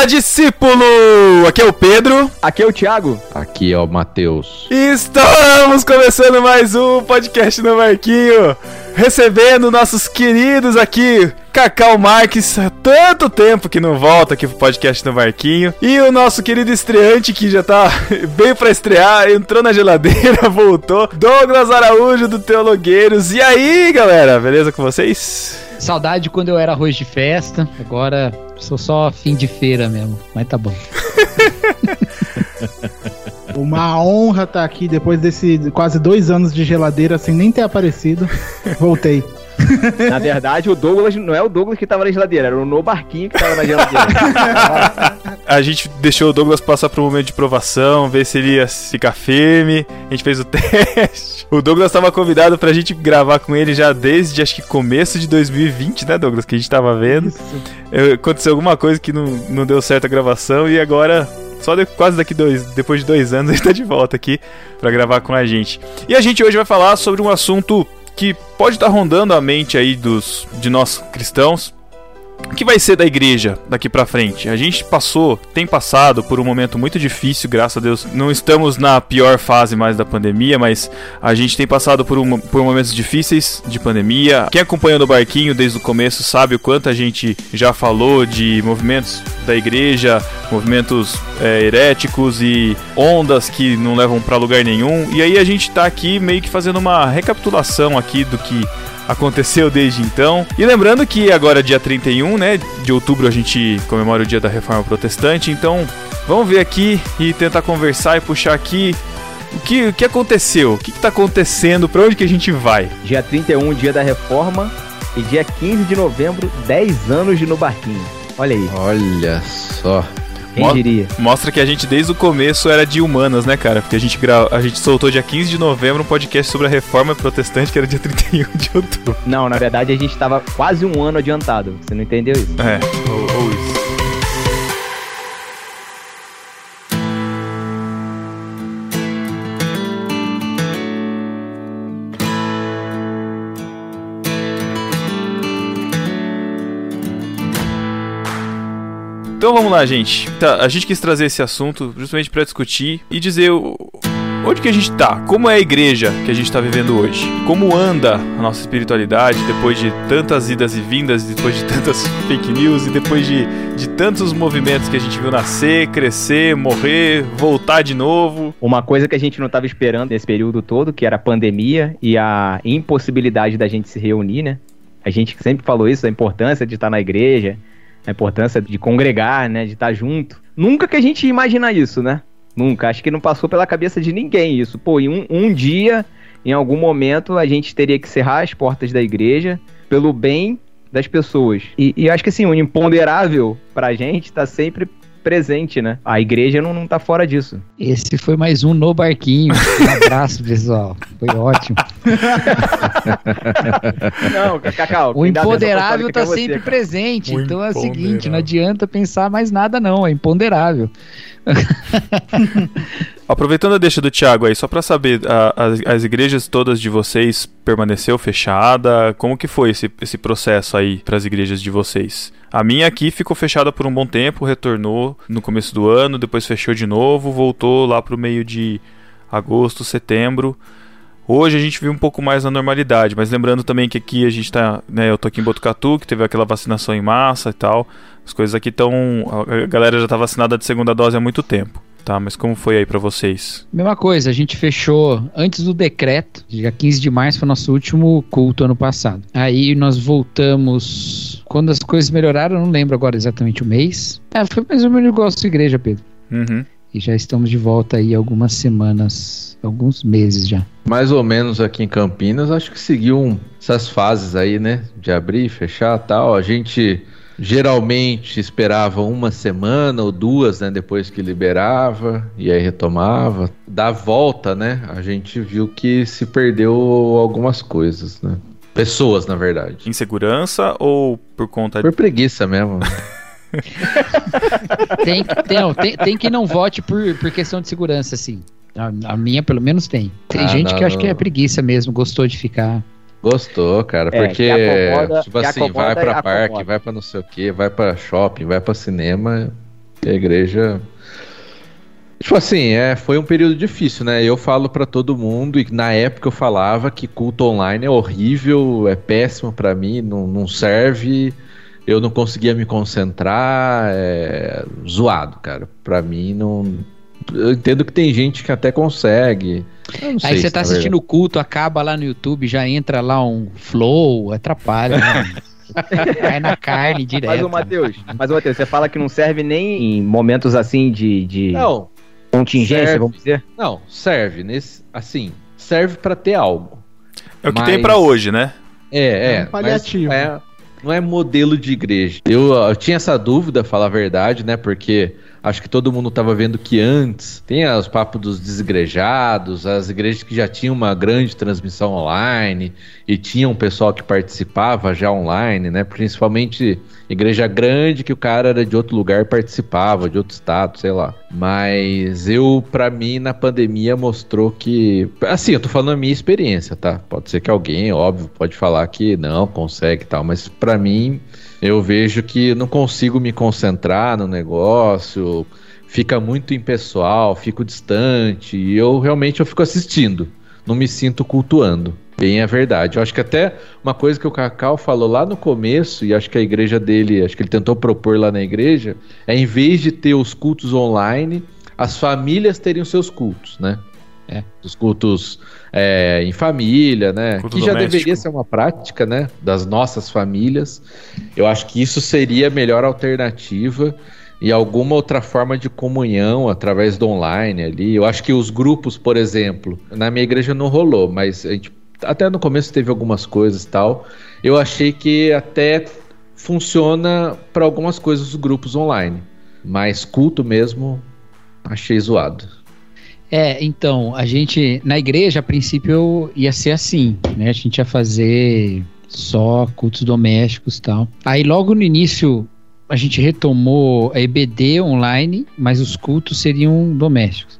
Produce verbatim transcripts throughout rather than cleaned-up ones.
Fala, discípulo! Aqui é o Pedro. Aqui é o Thiago. Aqui é o Matheus. E estamos começando mais um podcast no Marquinho. Recebendo nossos queridos aqui, Cacau Marques, há tanto tempo que não volta aqui pro podcast no Marquinho. E o nosso querido estreante que já tá bem pra estrear, entrou na geladeira, voltou, Douglas Araújo do Teologueiros. E aí, galera, beleza com vocês? Saudade quando eu era arroz de festa, agora sou só fim de feira mesmo, mas tá bom. Uma honra estar aqui depois desse quase dois anos de geladeira sem nem ter aparecido. Voltei. Na verdade, o Douglas não é o Douglas que tava na geladeira, era o No Barquinho que tava na geladeira. A gente deixou o Douglas passar por um momento de provação, ver se ele ia ficar firme. A gente fez o teste. O Douglas tava convidado pra gente gravar com ele já desde, acho que começo de dois mil e vinte, né, Douglas? Que a gente tava vendo. Isso. Aconteceu alguma coisa que não, não deu certo a gravação e agora... Só de, quase daqui dois, depois de dois anos ele tá de volta aqui pra gravar com a gente. E a gente hoje vai falar sobre um assunto que pode estar rondando a mente aí dos, de nós cristãos. O que vai ser da igreja daqui pra frente? A gente passou, tem passado por um momento muito difícil, graças a Deus. Não estamos na pior fase mais da pandemia, mas a gente tem passado por, um, por momentos difíceis de pandemia. Quem acompanha o Barquinho desde o começo sabe o quanto a gente já falou de movimentos da igreja, movimentos é, heréticos e ondas que não levam pra lugar nenhum. E aí a gente tá aqui meio que fazendo uma recapitulação aqui do que aconteceu desde então. E lembrando que agora dia trinta e um, né, de outubro a gente comemora o dia da Reforma Protestante. Então vamos ver aqui e tentar conversar e puxar aqui o que, o que aconteceu, o que está acontecendo, para onde que a gente vai. Dia trinta e um, dia da Reforma, e dia quinze de novembro, dez anos de No Barquinho. Olha aí. Olha só. Quem diria? Mostra que a gente desde o começo era de humanas, né, cara? Porque a gente, gra... a gente soltou dia quinze de novembro um podcast sobre a Reforma Protestante, que era dia trinta e um de outubro. Não, na verdade a gente tava quase um ano adiantado. Você não entendeu isso? É, ou, ou isso. Então vamos lá, gente. Tá, a gente quis trazer esse assunto justamente para discutir e dizer o, onde que a gente tá, como é a igreja que a gente tá vivendo hoje, como anda a nossa espiritualidade depois de tantas idas e vindas, depois de tantas fake news e depois de, de tantos movimentos que a gente viu nascer, crescer, morrer, voltar de novo. Uma coisa que a gente não estava esperando nesse período todo, que era a pandemia e a impossibilidade da gente se reunir, né? A gente sempre falou isso, a importância de estar na igreja, a importância de congregar, né, de estar junto. Nunca que a gente ia imaginar isso, né? Nunca. Acho que não passou pela cabeça de ninguém isso. Pô, em um, um dia, em algum momento, a gente teria que cerrar as portas da igreja pelo bem das pessoas. E, e acho que, assim, o imponderável pra gente tá sempre presente, né? A igreja não, não tá fora disso. Esse foi mais um No Barquinho. Um abraço, pessoal. Foi ótimo. Não, Cacau. O imponderável tá você, sempre cara. presente. O então é o seguinte, não adianta pensar mais nada não, é imponderável. Aproveitando a deixa do Thiago aí, só pra saber, a, as, as igrejas todas de vocês permaneceu fechada? Como que foi esse, esse processo aí pras igrejas de vocês? A minha aqui ficou fechada por um bom tempo, retornou no começo do ano, depois fechou de novo, voltou lá pro meio de agosto, setembro. Hoje a gente viu um pouco mais na normalidade, mas lembrando também que aqui a gente tá, né, eu tô aqui em Botucatu, que teve aquela vacinação em massa e tal. As coisas aqui estão, a galera já tá vacinada de segunda dose há muito tempo. Tá, mas como foi aí pra vocês? Mesma coisa, a gente fechou antes do decreto, dia quinze de março foi nosso último culto ano passado. Aí nós voltamos, quando as coisas melhoraram, eu não lembro agora exatamente o mês. É, foi mais ou menos igual a sua igreja, Pedro. Uhum. E já estamos de volta aí algumas semanas, alguns meses já. Mais ou menos aqui em Campinas, acho que seguiu essas fases aí, né? De abrir, fechar e tal. A gente geralmente esperava uma semana ou duas, né? Depois que liberava e aí retomava. Da volta, né? A gente viu que se perdeu algumas coisas, né? Pessoas, na verdade. Insegurança ou por conta... Por preguiça mesmo. tem, tem, tem, tem que não vote por, por questão de segurança, sim. A, a minha, pelo menos, tem. Tem ah, gente não, que acha não. que é preguiça mesmo, gostou de ficar. Gostou, cara, é, porque, acomoda, tipo assim, vai pra parque, vai pra não sei o que, vai pra shopping, vai pra cinema. A igreja... Tipo assim, é, foi um período difícil, né? Eu falo pra todo mundo, e na época eu falava que culto online é horrível, é péssimo pra mim, não, não serve, eu não conseguia me concentrar, é zoado, cara. Pra mim, não... Eu entendo que tem gente que até consegue. Eu não sei Aí você se tá é assistindo verdade. o culto, acaba lá no YouTube, já entra lá um flow, atrapalha, né? Cai na carne direto. Mas o Matheus, mas o Matheus, você fala que não serve nem em momentos assim de, de Não, contingência, serve. vamos dizer? não, serve, nesse, assim, serve pra ter algo. É o que Mas- tem pra hoje, né? É, é, É um paliativo. mas não é, não é modelo de igreja. Eu, eu tinha essa dúvida, falar a verdade, né? Porque acho que todo mundo estava vendo que antes tem os papos dos desigrejados, as igrejas que já tinham uma grande transmissão online e tinha um pessoal que participava já online, né? Principalmente igreja grande que o cara era de outro lugar e participava, de outro estado, sei lá. Mas eu, pra mim, na pandemia mostrou que... Assim, eu tô falando a minha experiência, tá? Pode ser que alguém, óbvio, pode falar que não, consegue e tal, mas pra mim... Eu vejo que não consigo me concentrar no negócio, fica muito impessoal, fico distante, e eu realmente eu fico assistindo, não me sinto cultuando. Bem, é verdade. Eu acho que até uma coisa que o Cacau falou lá no começo, e acho que a igreja dele, acho que ele tentou propor lá na igreja, é em vez de ter os cultos online, as famílias teriam seus cultos, né? É. Os cultos é, em família, né? Culto que já doméstico. deveria ser uma prática, né? Das nossas famílias. Eu acho que isso seria a melhor alternativa e alguma outra forma de comunhão através do online ali. Eu acho que os grupos, por exemplo, na minha igreja não rolou, mas a gente, até no começo teve algumas coisas e tal. Eu achei que até funciona para algumas coisas os grupos online, mas culto mesmo achei zoado. É, então, a gente, na igreja, a princípio ia ser assim, né? A gente ia fazer só cultos domésticos e tal. Aí logo no início a gente retomou a E B D online, mas os cultos seriam domésticos.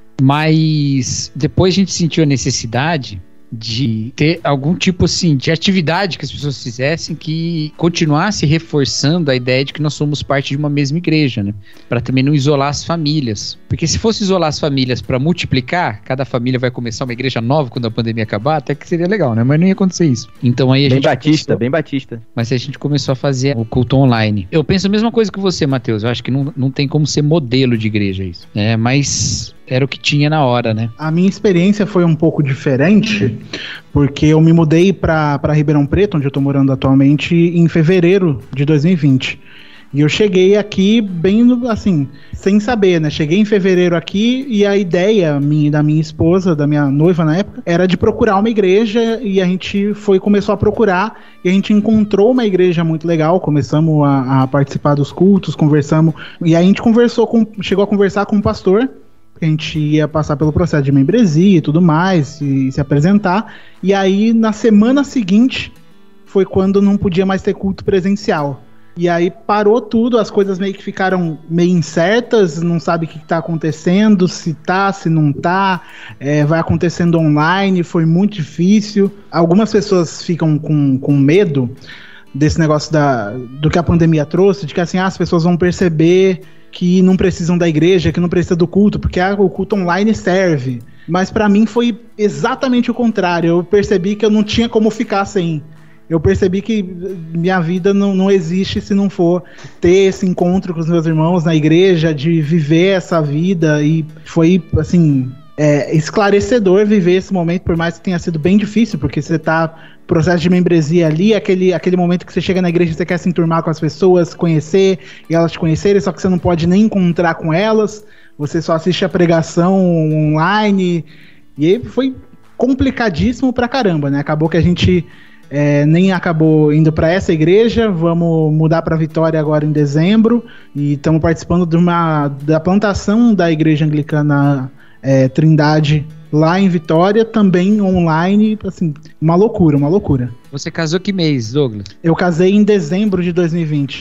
Mas depois a gente sentiu a necessidade de ter algum tipo assim de atividade que as pessoas fizessem que continuasse reforçando a ideia de que nós somos parte de uma mesma igreja, né? Para também não isolar as famílias. Porque se fosse isolar as famílias para multiplicar, cada família vai começar uma igreja nova quando a pandemia acabar, até que seria legal, né? Mas não ia acontecer isso. Então aí a Bem gente batista, começou- bem batista. mas a gente começou a fazer o culto online. Eu penso a mesma coisa que você, Matheus. Eu acho que não, não tem como ser modelo de igreja isso. É, mas era o que tinha na hora, né? A minha experiência foi um pouco diferente, porque eu me mudei para Ribeirão Preto, onde eu tô morando atualmente, em fevereiro de dois mil e vinte. E eu cheguei aqui bem, no- assim, sem saber, né? Cheguei em fevereiro aqui e a ideia minha, da minha esposa, da minha noiva na época, era de procurar uma igreja e a gente foi, começou a procurar e a gente encontrou uma igreja muito legal, começamos a, a participar dos cultos, conversamos, e aí a gente conversou com, chegou a conversar com o pastor, a gente ia passar pelo processo de membresia e tudo mais, e se apresentar, e aí na semana seguinte foi quando não podia mais ter culto presencial. E aí parou tudo, as coisas meio que ficaram meio incertas, não sabe o que está acontecendo, se tá, se não tá, é, vai acontecendo online, foi muito difícil. Algumas pessoas ficam com, com medo desse negócio da, do que a pandemia trouxe, de que assim, ah, as pessoas vão perceber que não precisam da igreja, que não precisa do culto, porque ah, o culto online serve. Mas pra mim foi exatamente o contrário, eu percebi que eu não tinha como ficar sem. Eu percebi que minha vida não, não existe se não for ter esse encontro com os meus irmãos na igreja, de viver essa vida, e foi, assim, é, esclarecedor viver esse momento, por mais que tenha sido bem difícil, porque você tá no processo de membresia ali, aquele, aquele momento que você chega na igreja e você quer se enturmar com as pessoas, conhecer, e elas te conhecerem, só que você não pode nem encontrar com elas, você só assiste a pregação online, e aí foi complicadíssimo pra caramba, né? Acabou que a gente... É, nem acabou indo para essa igreja, vamos mudar para Vitória agora em dezembro e estamos participando de uma, da plantação da igreja anglicana é, Trindade lá em Vitória, também online, assim, uma loucura, uma loucura. Você casou que mês, Douglas? Eu casei em dezembro de dois mil e vinte.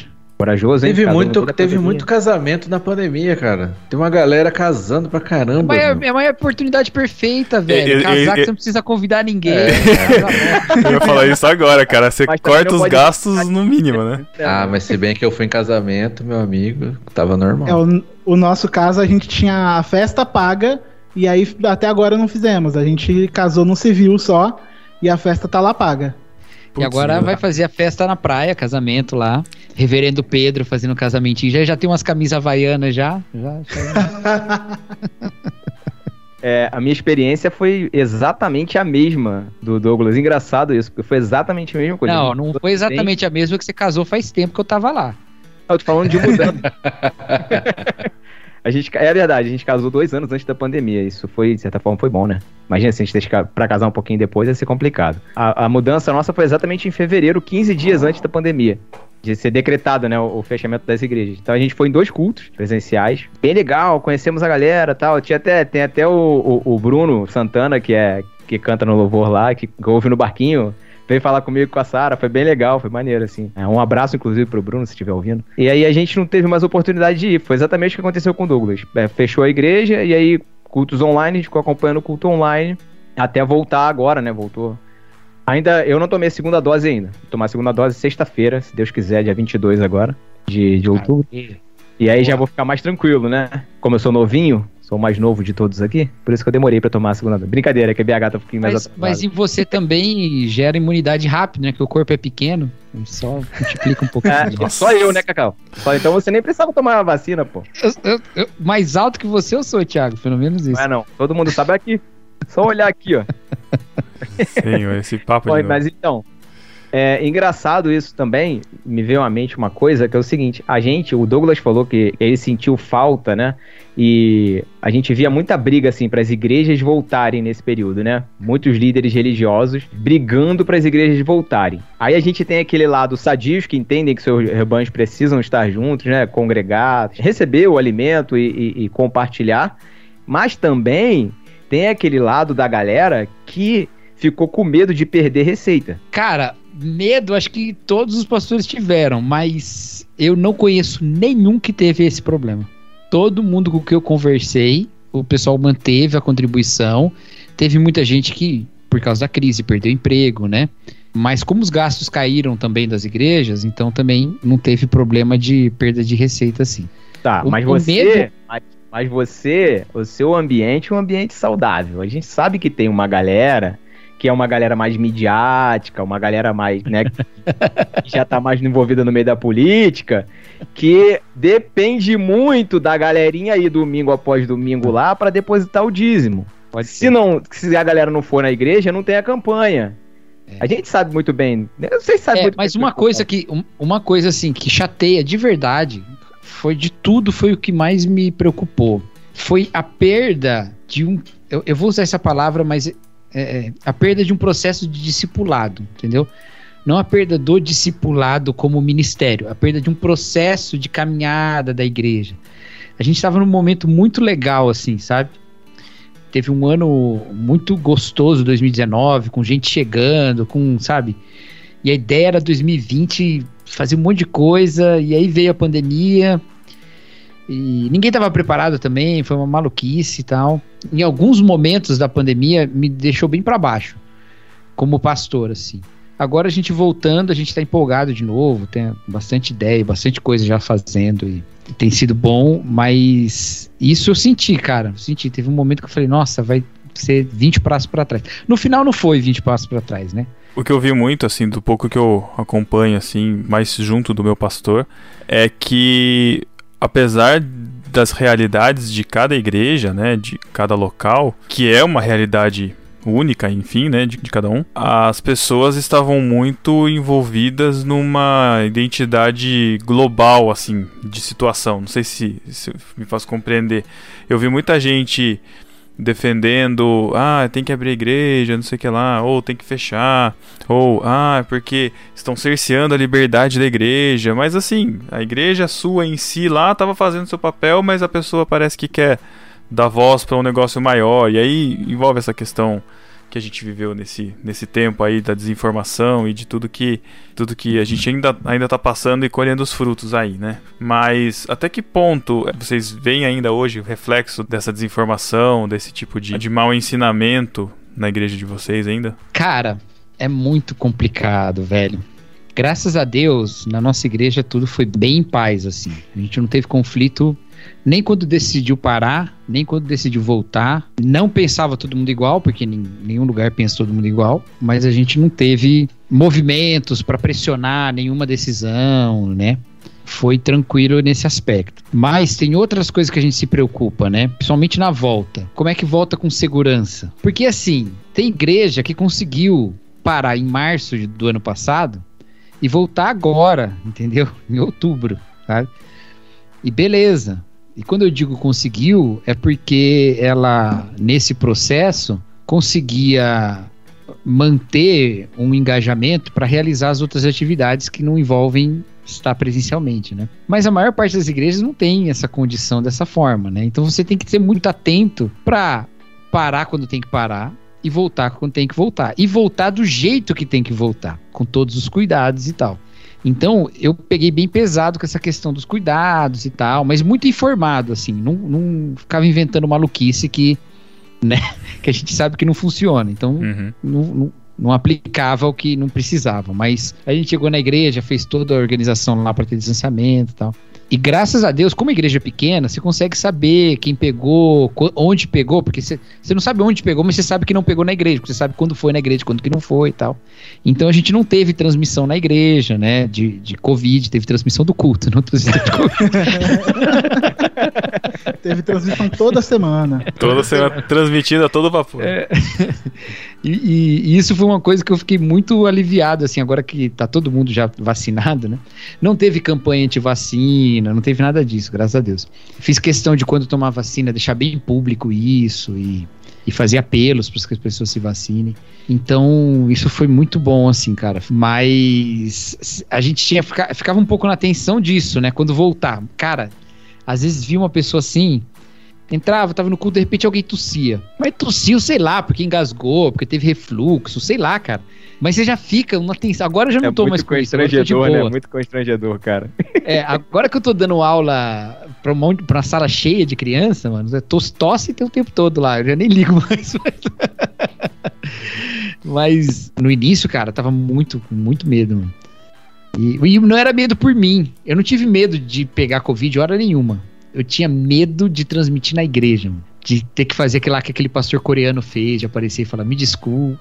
Corajoso, hein? Teve, Casou no muito, meio da teve pandemia. muito casamento na pandemia, cara. Tem uma galera casando pra caramba. Mas é, meu. é uma oportunidade perfeita, velho. Eu- eu- Casar eu- que você não precisa convidar ninguém. É. Eu ia falar isso agora, cara. Você Mas também corta não os pode- gastos no mínimo, né? Ah, mas se bem que eu fui em casamento, meu amigo, tava normal. É, o, o nosso caso, a gente tinha a festa paga e aí até agora não fizemos. A gente casou no civil só e a festa tá lá paga. E agora vai fazer a festa na praia, casamento lá. Reverendo Pedro fazendo casamentinho. Já, já tem umas camisas havaianas já. já, já. É, a minha experiência foi exatamente a mesma do Douglas. Engraçado isso, porque foi exatamente a mesma coisa. Não, não foi exatamente a mesma que você casou faz tempo que eu tava lá. Eu tô falando de mudança. A gente, é verdade, a gente casou dois anos antes da pandemia. Isso foi, de certa forma, foi bom, né? Imagina se a gente deixar pra casar um pouquinho depois, ia ser complicado. A, a mudança nossa foi exatamente em fevereiro, quinze dias antes da pandemia. De ser decretado, né, o, o fechamento das igrejas. Então a gente foi em dois cultos presenciais. Bem legal, conhecemos a galera e tal. Tinha até, tem até o, o, o Bruno Santana, que, é, que canta no louvor lá, que ouve no barquinho. Veio falar comigo com a Sara, foi bem legal, foi maneiro, assim. É, um abraço, inclusive, pro Bruno, se estiver ouvindo. E aí a gente não teve mais oportunidade de ir, foi exatamente o que aconteceu com o Douglas. É, fechou a igreja, e aí cultos online, a gente ficou acompanhando o culto online, até voltar agora, né, voltou. Ainda, eu não tomei a segunda dose ainda, vou tomar a segunda dose sexta-feira, se Deus quiser, dia vinte e dois agora, de, de outubro. E aí já vou ficar mais tranquilo, né? Como eu sou novinho, sou o mais novo de todos aqui, por isso que eu demorei pra tomar a segunda dose. Brincadeira, que a B H tá um pouquinho mais Mas, atrasado. mas em você também gera imunidade rápido, né? Que o corpo é pequeno, só multiplica um pouquinho. É, só eu, né, Cacau? Só, então você nem precisava tomar a vacina, pô. Eu- eu- eu- mais alto que você eu sou, Thiago, pelo menos isso. Não é não, todo mundo sabe aqui. Só olhar aqui, ó. Sim, esse papo Bom, de novo. mas então, é engraçado isso também, me veio à mente uma coisa, que é o seguinte, a gente, o Douglas falou que ele sentiu falta, né, e a gente via muita briga, assim, para as igrejas voltarem nesse período, né, muitos líderes religiosos brigando para as igrejas voltarem. Aí a gente tem aquele lado sadios, que entendem que seus rebanhos precisam estar juntos, né, congregar, receber o alimento e, e, e compartilhar, mas também tem aquele lado da galera que ficou com medo de perder receita. Cara, medo acho que todos os pastores tiveram, mas eu não conheço nenhum que teve esse problema. Todo mundo com que eu conversei, o pessoal manteve a contribuição. Teve muita gente que, por causa da crise, perdeu emprego, né? Mas como os gastos caíram também das igrejas, então também não teve problema de perda de receita assim. Tá, O- mas o você... medo- Mas, mas você, o seu ambiente é um ambiente saudável. A gente sabe que tem uma galera que é uma galera mais midiática, uma galera mais, né, que já tá mais envolvida no meio da política, que depende muito da galerinha aí domingo após domingo lá pra depositar o dízimo. Pode Se não, se a galera não for na igreja, não tem a campanha. É. A gente sabe muito bem. Eu sei sabe É, muito mas bem uma o que eu coisa que um- uma coisa assim que chateia de verdade, foi de tudo, foi o que mais me preocupou. Foi a perda de um, eu, eu vou usar essa palavra, mas é, é, a perda de um processo de discipulado, entendeu? Não a perda do discipulado como ministério, a perda de um processo de caminhada da igreja. A gente estava num momento muito legal, assim, sabe? Teve um ano muito gostoso, dois mil e dezenove, com gente chegando, com, sabe? E a ideia era dois mil e vinte fazer um monte de coisa, e aí veio a pandemia, e ninguém estava preparado também, foi uma maluquice e tal. Em alguns momentos da pandemia, me deixou bem para baixo, como pastor, assim. Agora a gente voltando, a gente está empolgado de novo, tem bastante ideia, bastante coisa já fazendo, e tem sido bom, mas isso eu senti, cara, eu senti. Teve um momento que eu falei, nossa, vai ser vinte passos para trás. No final não foi vinte passos para trás, né? O que eu vi muito, assim, do pouco que eu acompanho, assim, mais junto do meu pastor, é que, apesar das realidades de cada igreja, né, de cada local, que é uma realidade única, enfim, né, de, de cada um, as pessoas estavam muito envolvidas numa identidade global, assim, de situação. Não sei se, se me faz compreender. Eu vi muita gente defendendo, ah, tem que abrir a igreja, não sei o que lá, ou tem que fechar, ou, ah, porque estão cerceando a liberdade da igreja, mas assim, a igreja sua em si lá estava fazendo seu papel, mas a pessoa parece que quer dar voz para um negócio maior, e aí envolve essa questão que a gente viveu nesse, nesse tempo aí da desinformação e de tudo que, tudo que a gente ainda, ainda tá passando e colhendo os frutos aí, né? Mas até que ponto vocês veem ainda hoje o reflexo dessa desinformação, desse tipo de, de mau ensinamento na igreja de vocês ainda? Cara, é muito complicado, velho. Graças a Deus, na nossa igreja tudo foi bem em paz, assim. A gente não teve conflito nem quando decidiu parar, nem quando decidiu voltar. Não pensava todo mundo igual, porque em nenhum lugar pensa todo mundo igual, mas a gente não teve movimentos para pressionar nenhuma decisão, né? Foi tranquilo nesse aspecto. Mas tem outras coisas que a gente se preocupa, né? Principalmente na volta. Como é que volta com segurança? Porque assim, tem igreja que conseguiu parar em março do ano passado e voltar agora, entendeu? Em outubro, sabe? E beleza. E quando eu digo conseguiu, é porque ela, nesse processo, conseguia manter um engajamento para realizar as outras atividades que não envolvem estar presencialmente, né? Mas a maior parte das igrejas não tem essa condição dessa forma, né? Então você tem que ser muito atento para parar quando tem que parar e voltar quando tem que voltar. E voltar do jeito que tem que voltar, com todos os cuidados e tal. Então, eu peguei bem pesado com essa questão dos cuidados e tal, mas muito informado, assim, não, não ficava inventando maluquice que, né, que a gente sabe que não funciona. Então, Uhum. não, não, não aplicava o que não precisava. Mas a gente chegou na igreja, fez toda a organização lá para ter distanciamento e tal. E graças a Deus, como a igreja é pequena, você consegue saber quem pegou, onde pegou, porque você, você não sabe onde pegou, mas você sabe que não pegou na igreja, porque você sabe quando foi na igreja, quando que não foi e tal. Então a gente não teve transmissão na igreja, né, de, de Covid, teve transmissão do culto, não transmissão de Covid. Teve transmissão toda semana. Toda semana transmitida a todo vapor. É. E, e, e isso foi uma coisa que eu fiquei muito aliviado, assim, agora que tá todo mundo já vacinado, né? Não teve campanha anti-vacina, não teve nada disso, graças a Deus. Fiz questão de quando tomar vacina, deixar bem público isso e, e fazer apelos para que as pessoas se vacinem. Então, isso foi muito bom, assim, cara. Mas a gente tinha, ficava um pouco na tensão disso, né? Quando voltar. Cara, às vezes vi uma pessoa assim... Entrava, tava no culto, de repente alguém tossia. Mas tossiu, sei lá, porque engasgou, porque teve refluxo, sei lá, cara. Mas você já fica uma tensão. Agora eu já não é tô mais com isso. Agora eu tô de boa. Né? Muito constrangedor, cara. É, agora que eu tô dando aula pra uma, pra uma sala cheia de criança, mano, tos, tosse tem o tempo todo lá. Eu já nem ligo mais. Mas no início, cara, tava muito, com muito medo, mano. E, e não era medo por mim. Eu não tive medo de pegar Covid hora nenhuma. Eu tinha medo de transmitir na igreja, mano. De ter que fazer aquilo lá que aquele pastor coreano fez, de aparecer e falar, me desculpa.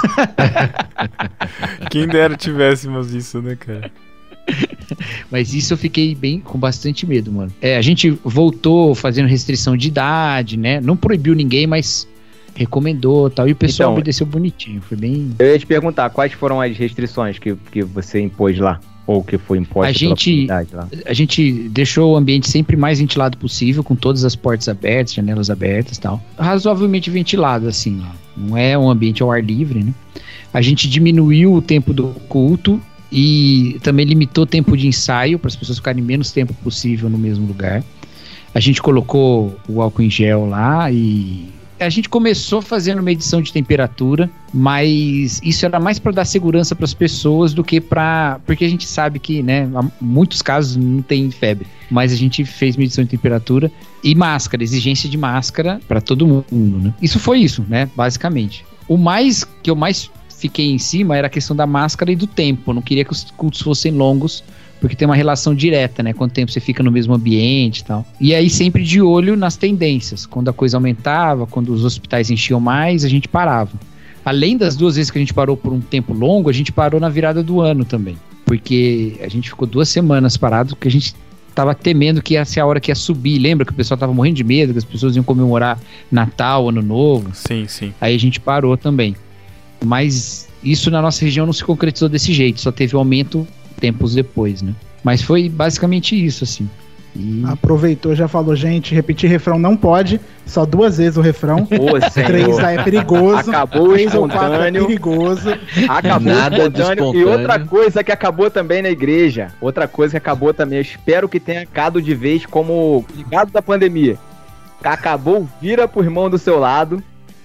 Quem dera tivéssemos isso, né, cara? Mas isso eu fiquei bem com bastante medo, mano. É, a gente voltou fazendo restrição de idade, né? Não proibiu ninguém, mas recomendou e tal. E o pessoal então, obedeceu bonitinho. Foi bem... Eu ia te perguntar, quais foram as restrições que, que você impôs lá? Ou que foi imposto a gente, lá? A gente deixou o ambiente sempre mais ventilado possível, com todas as portas abertas, janelas abertas e tal. Razoavelmente ventilado, assim, ó. Não é um ambiente ao ar livre, né? A gente diminuiu o tempo do culto e também limitou o tempo de ensaio para as pessoas ficarem menos tempo possível no mesmo lugar. A gente colocou o álcool em gel lá e... A gente começou fazendo medição de temperatura, mas isso era mais para dar segurança para as pessoas do que para... Porque a gente sabe que, né, há muitos casos não tem febre, mas a gente fez medição de temperatura e máscara, exigência de máscara para todo mundo, né? Isso foi isso, né, basicamente. O mais que eu mais fiquei em cima era a questão da máscara e do tempo. Eu não queria que os cultos fossem longos, porque tem uma relação direta, né? Quanto tempo você fica no mesmo ambiente e tal. E aí sempre de olho nas tendências. Quando a coisa aumentava, quando os hospitais enchiam mais, a gente parava. Além das duas vezes que a gente parou por um tempo longo, a gente parou na virada do ano também. Porque a gente ficou duas semanas parado, porque a gente tava temendo que ia ser a hora que ia subir. Lembra que o pessoal tava morrendo de medo, que as pessoas iam comemorar Natal, Ano Novo? Sim, sim. Aí a gente parou também. Mas isso na nossa região não se concretizou desse jeito, só teve um aumento tempos depois, né? Mas foi basicamente isso, assim. E... Aproveitou, já falou, gente, repetir refrão não pode, só duas vezes o refrão. Ô, Três já é perigoso. Acabou o Três ou quatro é espontâneo. perigoso. Acabou Nada o espontâneo. de espontâneo. E outra coisa que acabou também na igreja, outra coisa que acabou também, eu espero que tenha acabado de vez como ligado da pandemia. Acabou, vira pro irmão do seu lado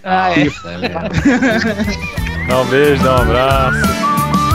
Ah, é. Dá um beijo, dá um abraço.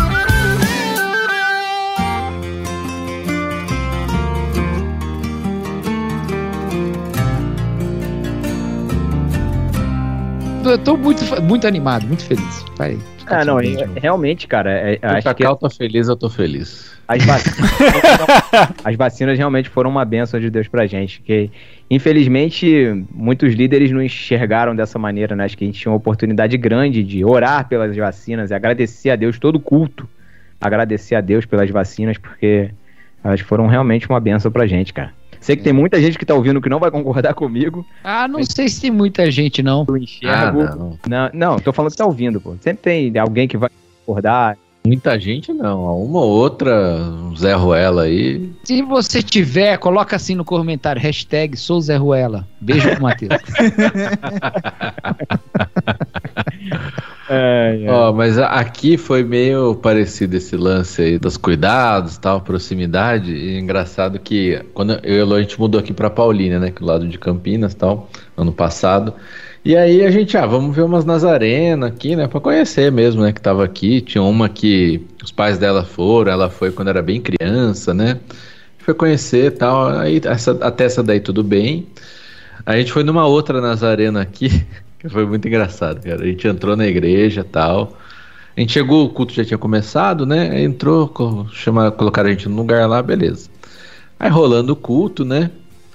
Eu tô muito, muito animado, muito feliz. Vai. Ah, não, é, realmente, cara, é, Se o acho que Cacau tá feliz, eu tô feliz. as vacinas, as vacinas realmente foram uma bênção de Deus pra gente, que infelizmente muitos líderes não enxergaram dessa maneira, né? Acho que a gente tinha uma oportunidade grande de orar pelas vacinas e agradecer a Deus, todo culto, agradecer a Deus pelas vacinas, porque elas foram realmente uma bênção pra gente, cara. Sei que tem muita gente que tá ouvindo que não vai concordar comigo. Ah, não sei se tem muita gente, não. Eu enxergo. Ah, não. não, não, tô falando que tá ouvindo, pô. Sempre tem alguém que vai concordar. Muita gente não, uma ou outra, um Zé Ruela aí. Se você tiver, coloca assim no comentário, hashtag sou Zé Ruela. Beijo pro Matheus. É, é. Ó, mas a- aqui foi meio parecido esse lance aí dos cuidados, tal, proximidade. E engraçado que quando eu e a Lô, a gente mudou aqui pra Paulínia, né, que é do lado de Campinas, tal, ano passado. E aí a gente, ah, vamos ver umas Nazarena aqui, né, pra conhecer mesmo, né, que tava aqui. Tinha uma que os pais dela foram, ela foi quando era bem criança, né. Foi conhecer, tal. Aí essa, até essa daí tudo bem. A gente foi numa outra Nazarena aqui. Que foi muito engraçado, cara. A gente entrou na igreja e tal. A gente chegou, o culto já tinha começado, né? Entrou, co- chama, colocaram a gente num lugar lá, beleza. Aí rolando o culto, né?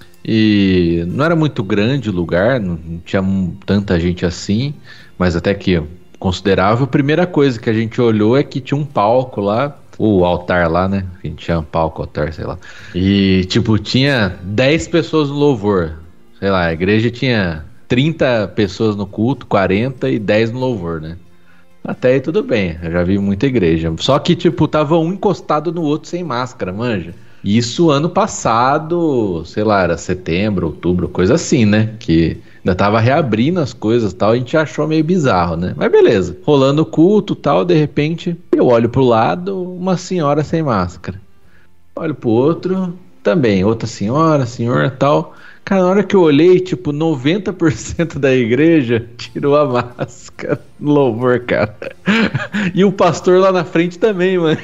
E não era muito grande o lugar, não, não tinha mu- tanta gente assim, mas até que considerável. A primeira coisa que a gente olhou é que tinha um palco lá, o altar lá, né? A gente chama palco, altar, sei lá. E, tipo, tinha dez pessoas no louvor. Sei lá, a igreja tinha trinta pessoas no culto, quarenta e dez no louvor, né? Até aí tudo bem, eu já vi muita igreja. Só que, tipo, tava um encostado no outro sem máscara, manja. Isso ano passado, sei lá, era setembro, outubro, coisa assim, né? Que ainda tava reabrindo as coisas e tal, a gente achou meio bizarro, né? Mas beleza, rolando o culto e tal, de repente, eu olho pro lado, uma senhora sem máscara. Olho pro outro, também, outra senhora, senhor e tal. Cara, na hora que eu olhei, tipo, noventa por cento da igreja tirou a máscara no louvor, cara. E o pastor lá na frente também, mano.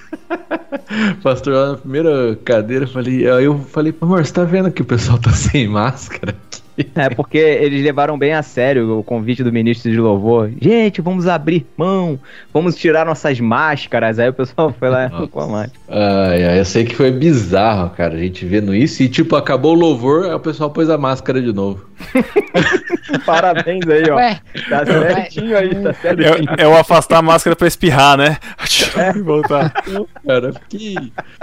O pastor lá na primeira cadeira, eu falei, aí eu falei, amor, você tá vendo que o pessoal tá sem máscara aqui? É porque eles levaram bem a sério o convite do ministro de louvor. Gente, vamos abrir mão, vamos tirar nossas máscaras. Aí o pessoal foi lá Nossa. com a máscara. Ai, ai, eu sei que foi bizarro, cara, a gente vendo isso. E, tipo, acabou o louvor, aí o pessoal pôs a máscara de novo. Parabéns aí, ó. Ué, Tá certinho aí, tá certinho. É, é o afastar a máscara pra espirrar, né? E voltar. Cara, que...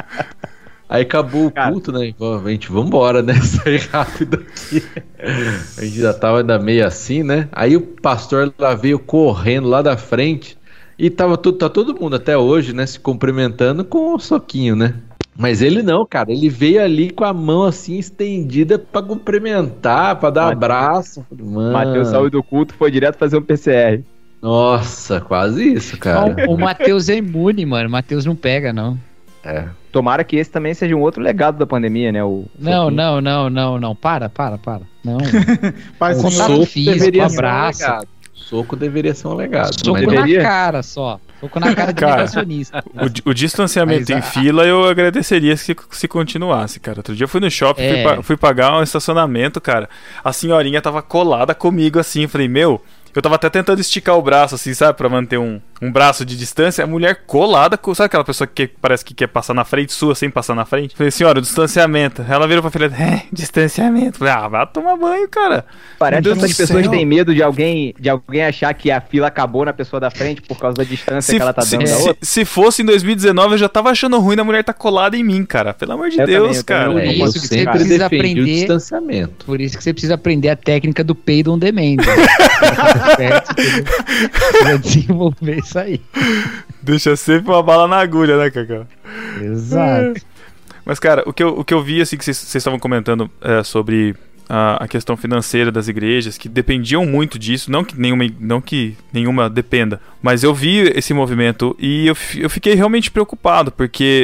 Aí acabou o Cara. culto, né? A gente, vambora, né? Sair rápido aqui. A gente já tava ainda meio assim, né? Aí o pastor lá veio correndo lá da frente e tava tudo, tá todo mundo até hoje, né? Se cumprimentando com o soquinho, né? Mas ele não, cara. Ele veio ali com a mão assim estendida pra cumprimentar, pra dar Mateus- abraço. Mano, Matheus saiu do culto, foi direto fazer um P C R. nossa, quase isso, cara. o, o Matheus é imune, mano. O Matheus não pega, não. É. Tomara que esse também seja um outro legado da pandemia, né? O Não, soquinho. não, não, não, não. Para, para, para. Não. Faz O assim, contato ó, físico, deveria ser um abraço. legado. Soco deveria ser um legado. Soco mas na deveria? cara só. Soco na cara de Cara, negacionista. O, o distanciamento Mas em a- fila eu agradeceria se, se continuasse, cara. Outro dia eu fui no shopping, É. fui, pa- fui pagar um estacionamento, cara. A senhorinha tava colada comigo assim. Eu falei, meu, eu tava até tentando esticar o braço, assim, sabe? Pra manter um, um braço de distância. A mulher colada, com, sabe aquela pessoa que parece que quer passar na frente sua sem passar na frente? Eu falei, senhora, o distanciamento. Ela virou pra filha, é, distanciamento. Eu falei, ah, vai tomar banho, cara. Parece Meu que Deus essas do pessoas céu. têm medo de alguém, de alguém achar que a fila acabou na pessoa da frente por causa da distância que ela tá se, dando da se- outra. se fosse em dois mil e dezenove, eu já tava achando ruim da mulher tá colada em mim, cara. Pelo amor de Eu Deus, também, eu cara. também É, não eu consigo sempre ficar. Precisa defendi o aprender- distanciamento. Por isso que você precisa aprender a técnica do peido on demand. Certo? Pra desenvolver isso aí. Deixa sempre uma bala na agulha, né, Cacau? Exato. Mas, cara, o que eu, o que eu vi, assim, que vocês vocês estavam comentando é, sobre a, a questão financeira das igrejas, que dependiam muito disso, não que nenhuma, não que nenhuma dependa, mas eu vi esse movimento e eu, fi- eu fiquei realmente preocupado, porque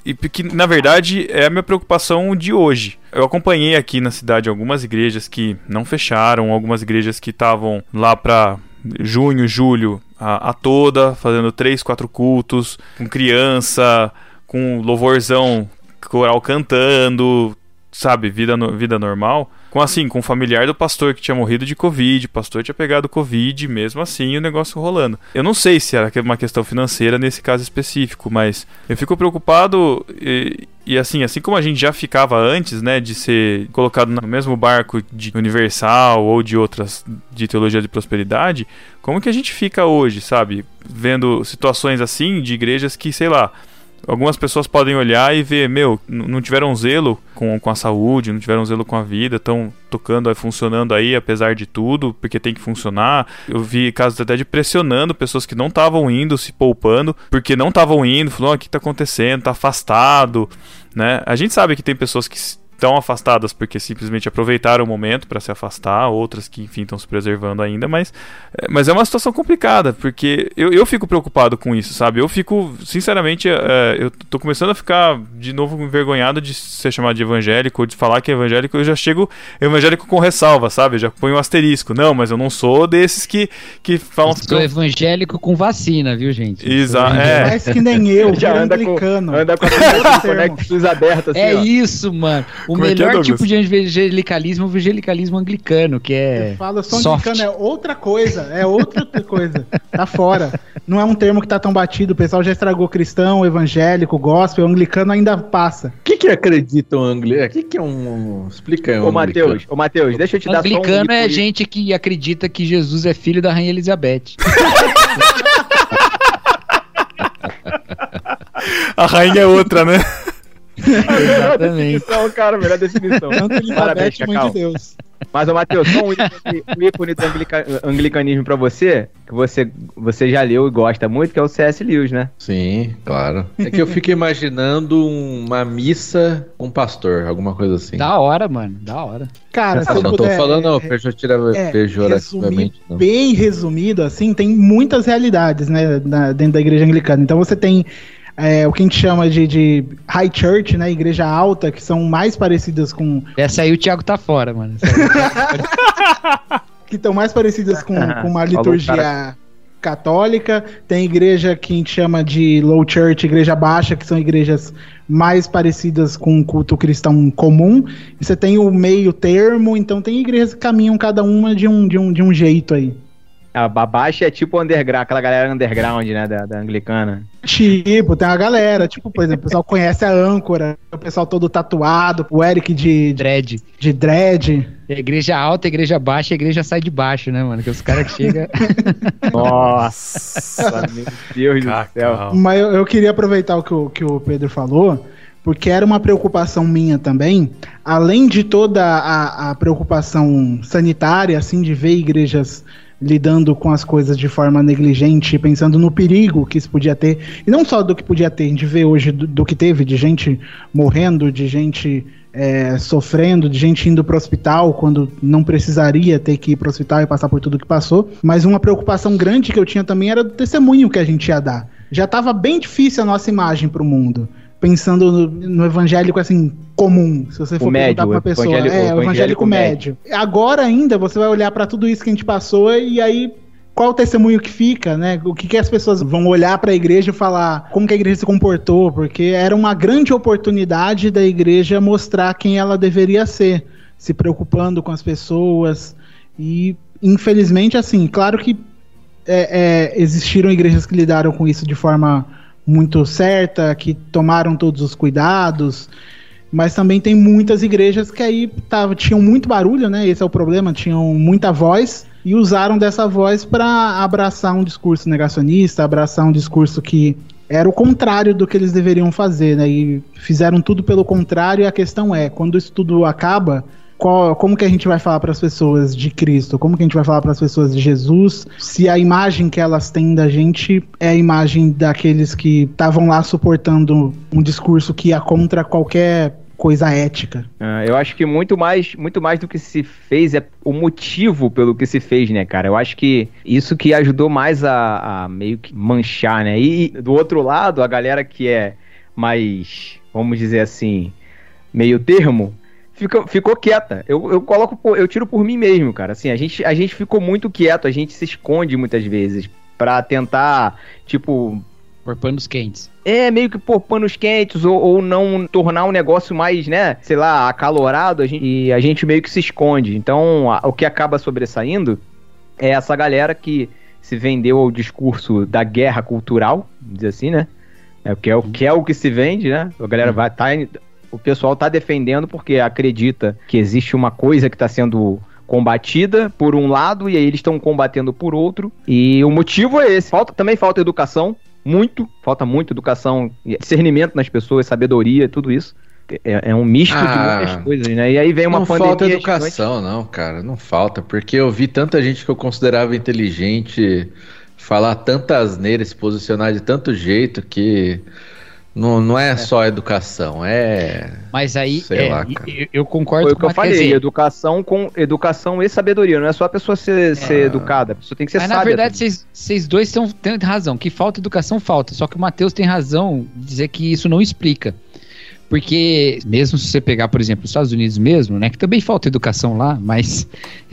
e que, na verdade, é a minha preocupação de hoje. Eu acompanhei aqui na cidade algumas igrejas que não fecharam, algumas igrejas que estavam lá para junho, julho, a, a toda, fazendo três, quatro cultos, com criança, com louvorzão, coral cantando, sabe, vida, no, vida normal. Com assim, com o familiar do pastor que tinha morrido de Covid, o pastor tinha pegado Covid, mesmo assim o negócio rolando. Eu não sei se era uma questão financeira nesse caso específico, mas eu fico preocupado e, e assim, assim como a gente já ficava antes, né, de ser colocado no mesmo barco de Universal ou de outras, de teologia de prosperidade, como que a gente fica hoje, sabe, vendo situações assim de igrejas que, sei lá, algumas pessoas podem olhar e ver, meu, não tiveram zelo com, com a saúde, não tiveram zelo com a vida, estão tocando, funcionando aí apesar de tudo, porque tem que funcionar. Eu vi casos até de pressionando pessoas que não estavam indo, se poupando, porque não estavam indo, falando, oh, o que está acontecendo, tá afastado, né? A gente sabe que tem pessoas que estão afastadas porque simplesmente aproveitaram o momento para se afastar, outras que, enfim, estão se preservando ainda, mas, mas é uma situação complicada, porque eu, eu fico preocupado com isso, sabe? Eu fico, sinceramente, é, eu tô começando a ficar de novo envergonhado de ser chamado de evangélico, ou de falar que é evangélico, eu já chego evangélico com ressalva, sabe? Eu já ponho um asterisco. Não, mas eu não sou desses que, que falam... Eu sou evangélico com vacina, viu, gente? Exato, é. Mas que nem eu, Já anda anglicano. com, anda com a conexões abertas, assim, É ó. isso, mano. O Como é que é, melhor Douglas? tipo de evangelicalismo é o evangelicalismo anglicano, que é Eu falo, eu sou soft. anglicano, é outra coisa, é outra coisa. Tá fora. Não é um termo que tá tão batido, o pessoal já estragou cristão, evangélico, gospel, anglicano ainda passa. O que que acredita um anglicano? O que que é um... Explica aí um Ô, anglicano. Matheus, ô, Matheus, deixa eu te dar só um Anglicano é ícone. gente que acredita que Jesus é filho da rainha Elizabeth. A rainha é outra, né? Melhor Exatamente. definição, cara, melhor definição. Tanto Parabéns, Elizabeth, mãe Cacau. de Deus. Mas, ô, Matheus, só um ícone, um ícone do anglica- anglicanismo pra você, que você, você já leu e gosta muito, que é o C S Lewis, né? Sim, claro. É que eu fico imaginando uma missa com um pastor, alguma coisa assim. Da hora, mano, da hora. Cara, Ah, se eu não tô puder, falando não, é, pejorati- é, pejorativamente resumir não. bem resumido, assim, tem muitas realidades, né, na- dentro da igreja anglicana. Então você tem é, o que a gente chama de, de high church, né, igreja alta, que são mais parecidas com... Essa aí o Thiago tá fora, mano. Essa aí o Thiago tá fora. que estão mais parecidas com, com uma Falou, liturgia cara. católica. Tem igreja que a gente chama de low church, igreja baixa, que são igrejas mais parecidas com o culto cristão comum. E você tem o meio termo, então tem igrejas que caminham cada uma de um, de um, de um jeito aí. A baixa é tipo underground, aquela galera underground, né, da, da anglicana. Tipo, tem uma galera, tipo, por exemplo, o pessoal conhece a âncora, o pessoal todo tatuado, o Eric de, de, Dread. de dread. Igreja alta, igreja baixa, a igreja sai de baixo, né, mano? Que os caras que chegam. Nossa, meu Deus do céu. Cacau. Mas eu, eu queria aproveitar o que, o que o Pedro falou, porque era uma preocupação minha também, além de toda a, a preocupação sanitária, assim, de ver igrejas lidando com as coisas de forma negligente, pensando no perigo que isso podia ter, e não só do que podia ter, a gente vê hoje do, do que teve, de gente morrendo, de gente é, sofrendo, de gente indo para o hospital quando não precisaria ter que ir para o hospital e passar por tudo que passou, mas uma preocupação grande que eu tinha também era do testemunho que a gente ia dar. Já estava bem difícil a nossa imagem para o mundo, pensando no, no evangélico assim comum, se você for O perguntar médio, pra uma o pessoa, evangélico- é, o o evangélico evangélico médio. Agora ainda você vai olhar para tudo isso que a gente passou e aí qual o testemunho que fica, né? O que, que as pessoas vão olhar para a igreja e falar como que a igreja se comportou, porque era uma grande oportunidade da igreja mostrar quem ela deveria ser, se preocupando com as pessoas e infelizmente assim, claro que é, é, existiram igrejas que lidaram com isso de forma muito certa, que tomaram todos os cuidados, mas também tem muitas igrejas que aí tava, tinham muito barulho, né? Esse é o problema, tinham muita voz e usaram dessa voz para abraçar um discurso negacionista, abraçar um discurso que era o contrário do que eles deveriam fazer, né? E fizeram tudo pelo contrário, e a questão é, quando isso tudo acaba, qual, como que a gente vai falar para as pessoas de Cristo? Como que a gente vai falar para as pessoas de Jesus? Se a imagem que elas têm da gente é a imagem daqueles que estavam lá suportando um discurso que ia contra qualquer coisa ética. Ah, eu acho que muito mais, muito mais do que se fez é o motivo pelo que se fez, né, cara? Eu acho que isso que ajudou mais a, a meio que manchar, né? E do outro lado, a galera que é mais, vamos dizer assim, meio termo, ficou, ficou quieta. Eu, eu coloco, eu tiro por mim mesmo, cara. Assim, a gente, a gente ficou muito quieto, a gente se esconde muitas vezes pra tentar, tipo... Por panos quentes. É, meio que por panos quentes, ou, ou não tornar um negócio mais, né, sei lá, acalorado, a gente, e a gente meio que se esconde. Então, a, o que acaba sobressaindo é essa galera que se vendeu ao discurso da guerra cultural, dizer assim, né? É, que, é o, que é o que se vende, né? A galera vai... Tá, o pessoal tá defendendo porque acredita que existe uma coisa que está sendo combatida por um lado e aí eles estão combatendo por outro. E o motivo é esse. Falta, também falta educação. Muito, falta muito educação, discernimento nas pessoas, sabedoria, tudo isso. É, é um misto ah, de muitas coisas, né? E aí vem uma não pandemia... Não falta educação, não, cara, não falta. Porque eu vi tanta gente que eu considerava inteligente falar tanta asneira, se posicionar de tanto jeito que... Não, não é, é só educação, é... Mas aí, sei é, lá, cara. Eu, eu concordo Foi com o que eu falei, dizer, educação, com, educação e sabedoria, não é só a pessoa ser, é. ser educada, a pessoa tem que ser Mas sábia. na verdade, vocês dois tão, têm razão, que falta educação, falta, só que o Matheus tem razão de dizer que isso não explica. Porque, mesmo se você pegar, por exemplo, os Estados Unidos mesmo, né, que também falta educação lá, mas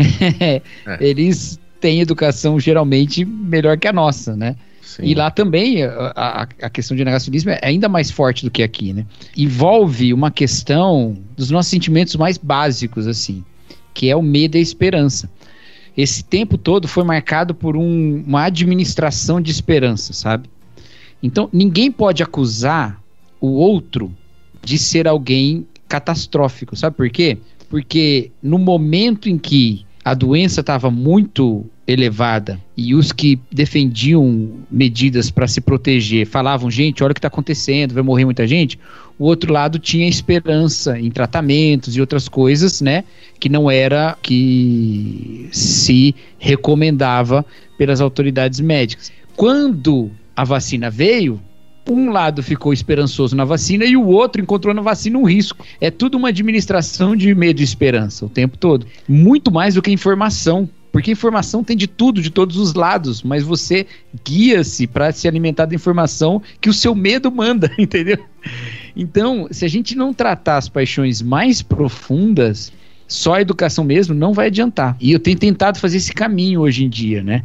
é. eles têm educação geralmente melhor que a nossa, né? Sim. E lá também a, a, a questão de negacionismo é ainda mais forte do que aqui, né? Envolve uma questão dos nossos sentimentos mais básicos, assim, que é o medo e a esperança. Esse tempo todo foi marcado por um, uma administração de esperança, sabe? Então, ninguém pode acusar o outro de ser alguém catastrófico, sabe por quê? Porque no momento em que a doença estava muito elevada e os que defendiam medidas para se proteger falavam, gente, olha o que está acontecendo, vai morrer muita gente, o outro lado tinha esperança em tratamentos e outras coisas, né, que não era que se recomendava pelas autoridades médicas. Quando a vacina veio, um lado ficou esperançoso na vacina e o outro encontrou na vacina um risco. É tudo uma administração de medo e esperança o tempo todo. Muito mais do que informação. Porque informação tem de tudo, de todos os lados, mas você guia-se para se alimentar da informação que o seu medo manda, entendeu? Então, se a gente não tratar as paixões mais profundas, só a educação mesmo não vai adiantar. E eu tenho tentado fazer esse caminho hoje em dia, né?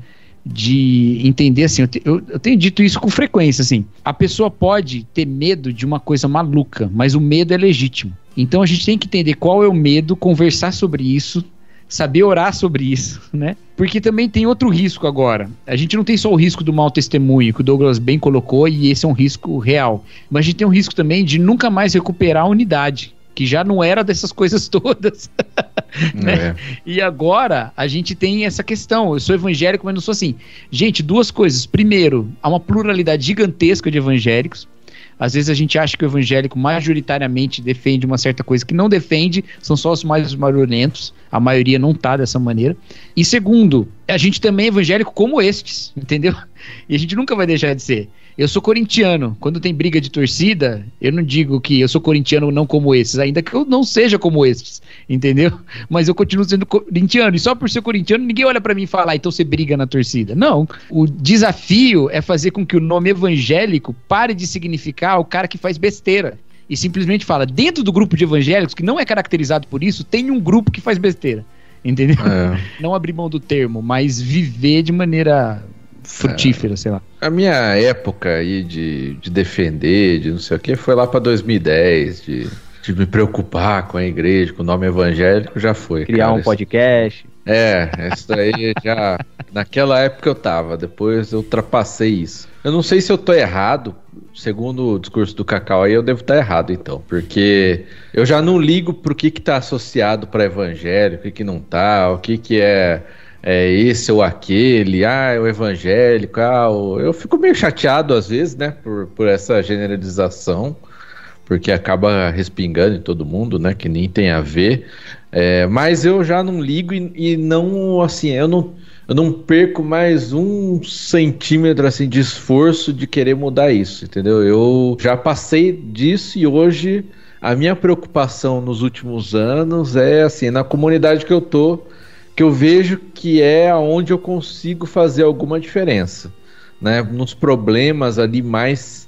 De entender assim, eu, te, eu, eu tenho dito isso com frequência, assim, a pessoa pode ter medo de uma coisa maluca, mas o medo é legítimo. Então a gente tem que entender qual é o medo, conversar sobre isso, saber orar sobre isso, né? Porque também tem outro risco agora. A gente não tem só o risco do mau testemunho, que o Douglas bem colocou, e esse é um risco real. Mas a gente tem um risco também de nunca mais recuperar a unidade, que já não era dessas coisas todas. Né? É. E agora a gente tem essa questão. Eu sou evangélico, mas não sou assim. Gente, duas coisas. Primeiro, há uma pluralidade gigantesca de evangélicos. Às vezes a gente acha que o evangélico majoritariamente defende uma certa coisa que não defende, são só os mais barulhentos, a maioria não tá dessa maneira. E segundo, a gente também é evangélico como estes, entendeu? E a gente nunca vai deixar de ser. Eu sou corintiano, quando tem briga de torcida, eu não digo que eu sou corintiano não como esses, ainda que eu não seja como estes, entendeu? Mas eu continuo sendo corintiano, e só por ser corintiano, ninguém olha pra mim e fala, ah, então você briga na torcida. Não, o desafio é fazer com que o nome evangélico pare de significar o cara que faz besteira, e simplesmente fala, dentro do grupo de evangélicos, que não é caracterizado por isso, tem um grupo que faz besteira, entendeu? É. Não abrir mão do termo, mas viver de maneira... frutífera, é, sei lá. A minha época aí de, de defender, de não sei o que, foi lá pra dois mil e dez, de, de me preocupar com a igreja, com o nome evangélico, já foi. Criar cara, um podcast. Isso, é, isso daí já... Naquela época eu tava, depois eu ultrapassei isso. Eu não sei se eu tô errado, segundo o discurso do Cacau aí, eu devo estar errado então, porque eu já não ligo pro que que tá associado pra evangélico, o que que não tá, o que que é... é esse ou aquele, ah, é o evangélico, ah, o... eu fico meio chateado às vezes, né, por, por essa generalização, porque acaba respingando em todo mundo, né, que nem tem a ver, é, mas eu já não ligo e, e não, assim, eu não, eu não perco mais um centímetro, assim, de esforço de querer mudar isso, entendeu? Eu já passei disso e hoje a minha preocupação nos últimos anos é, assim, na comunidade que eu tô, que eu vejo que é onde eu consigo fazer alguma diferença, né? Nos problemas ali mais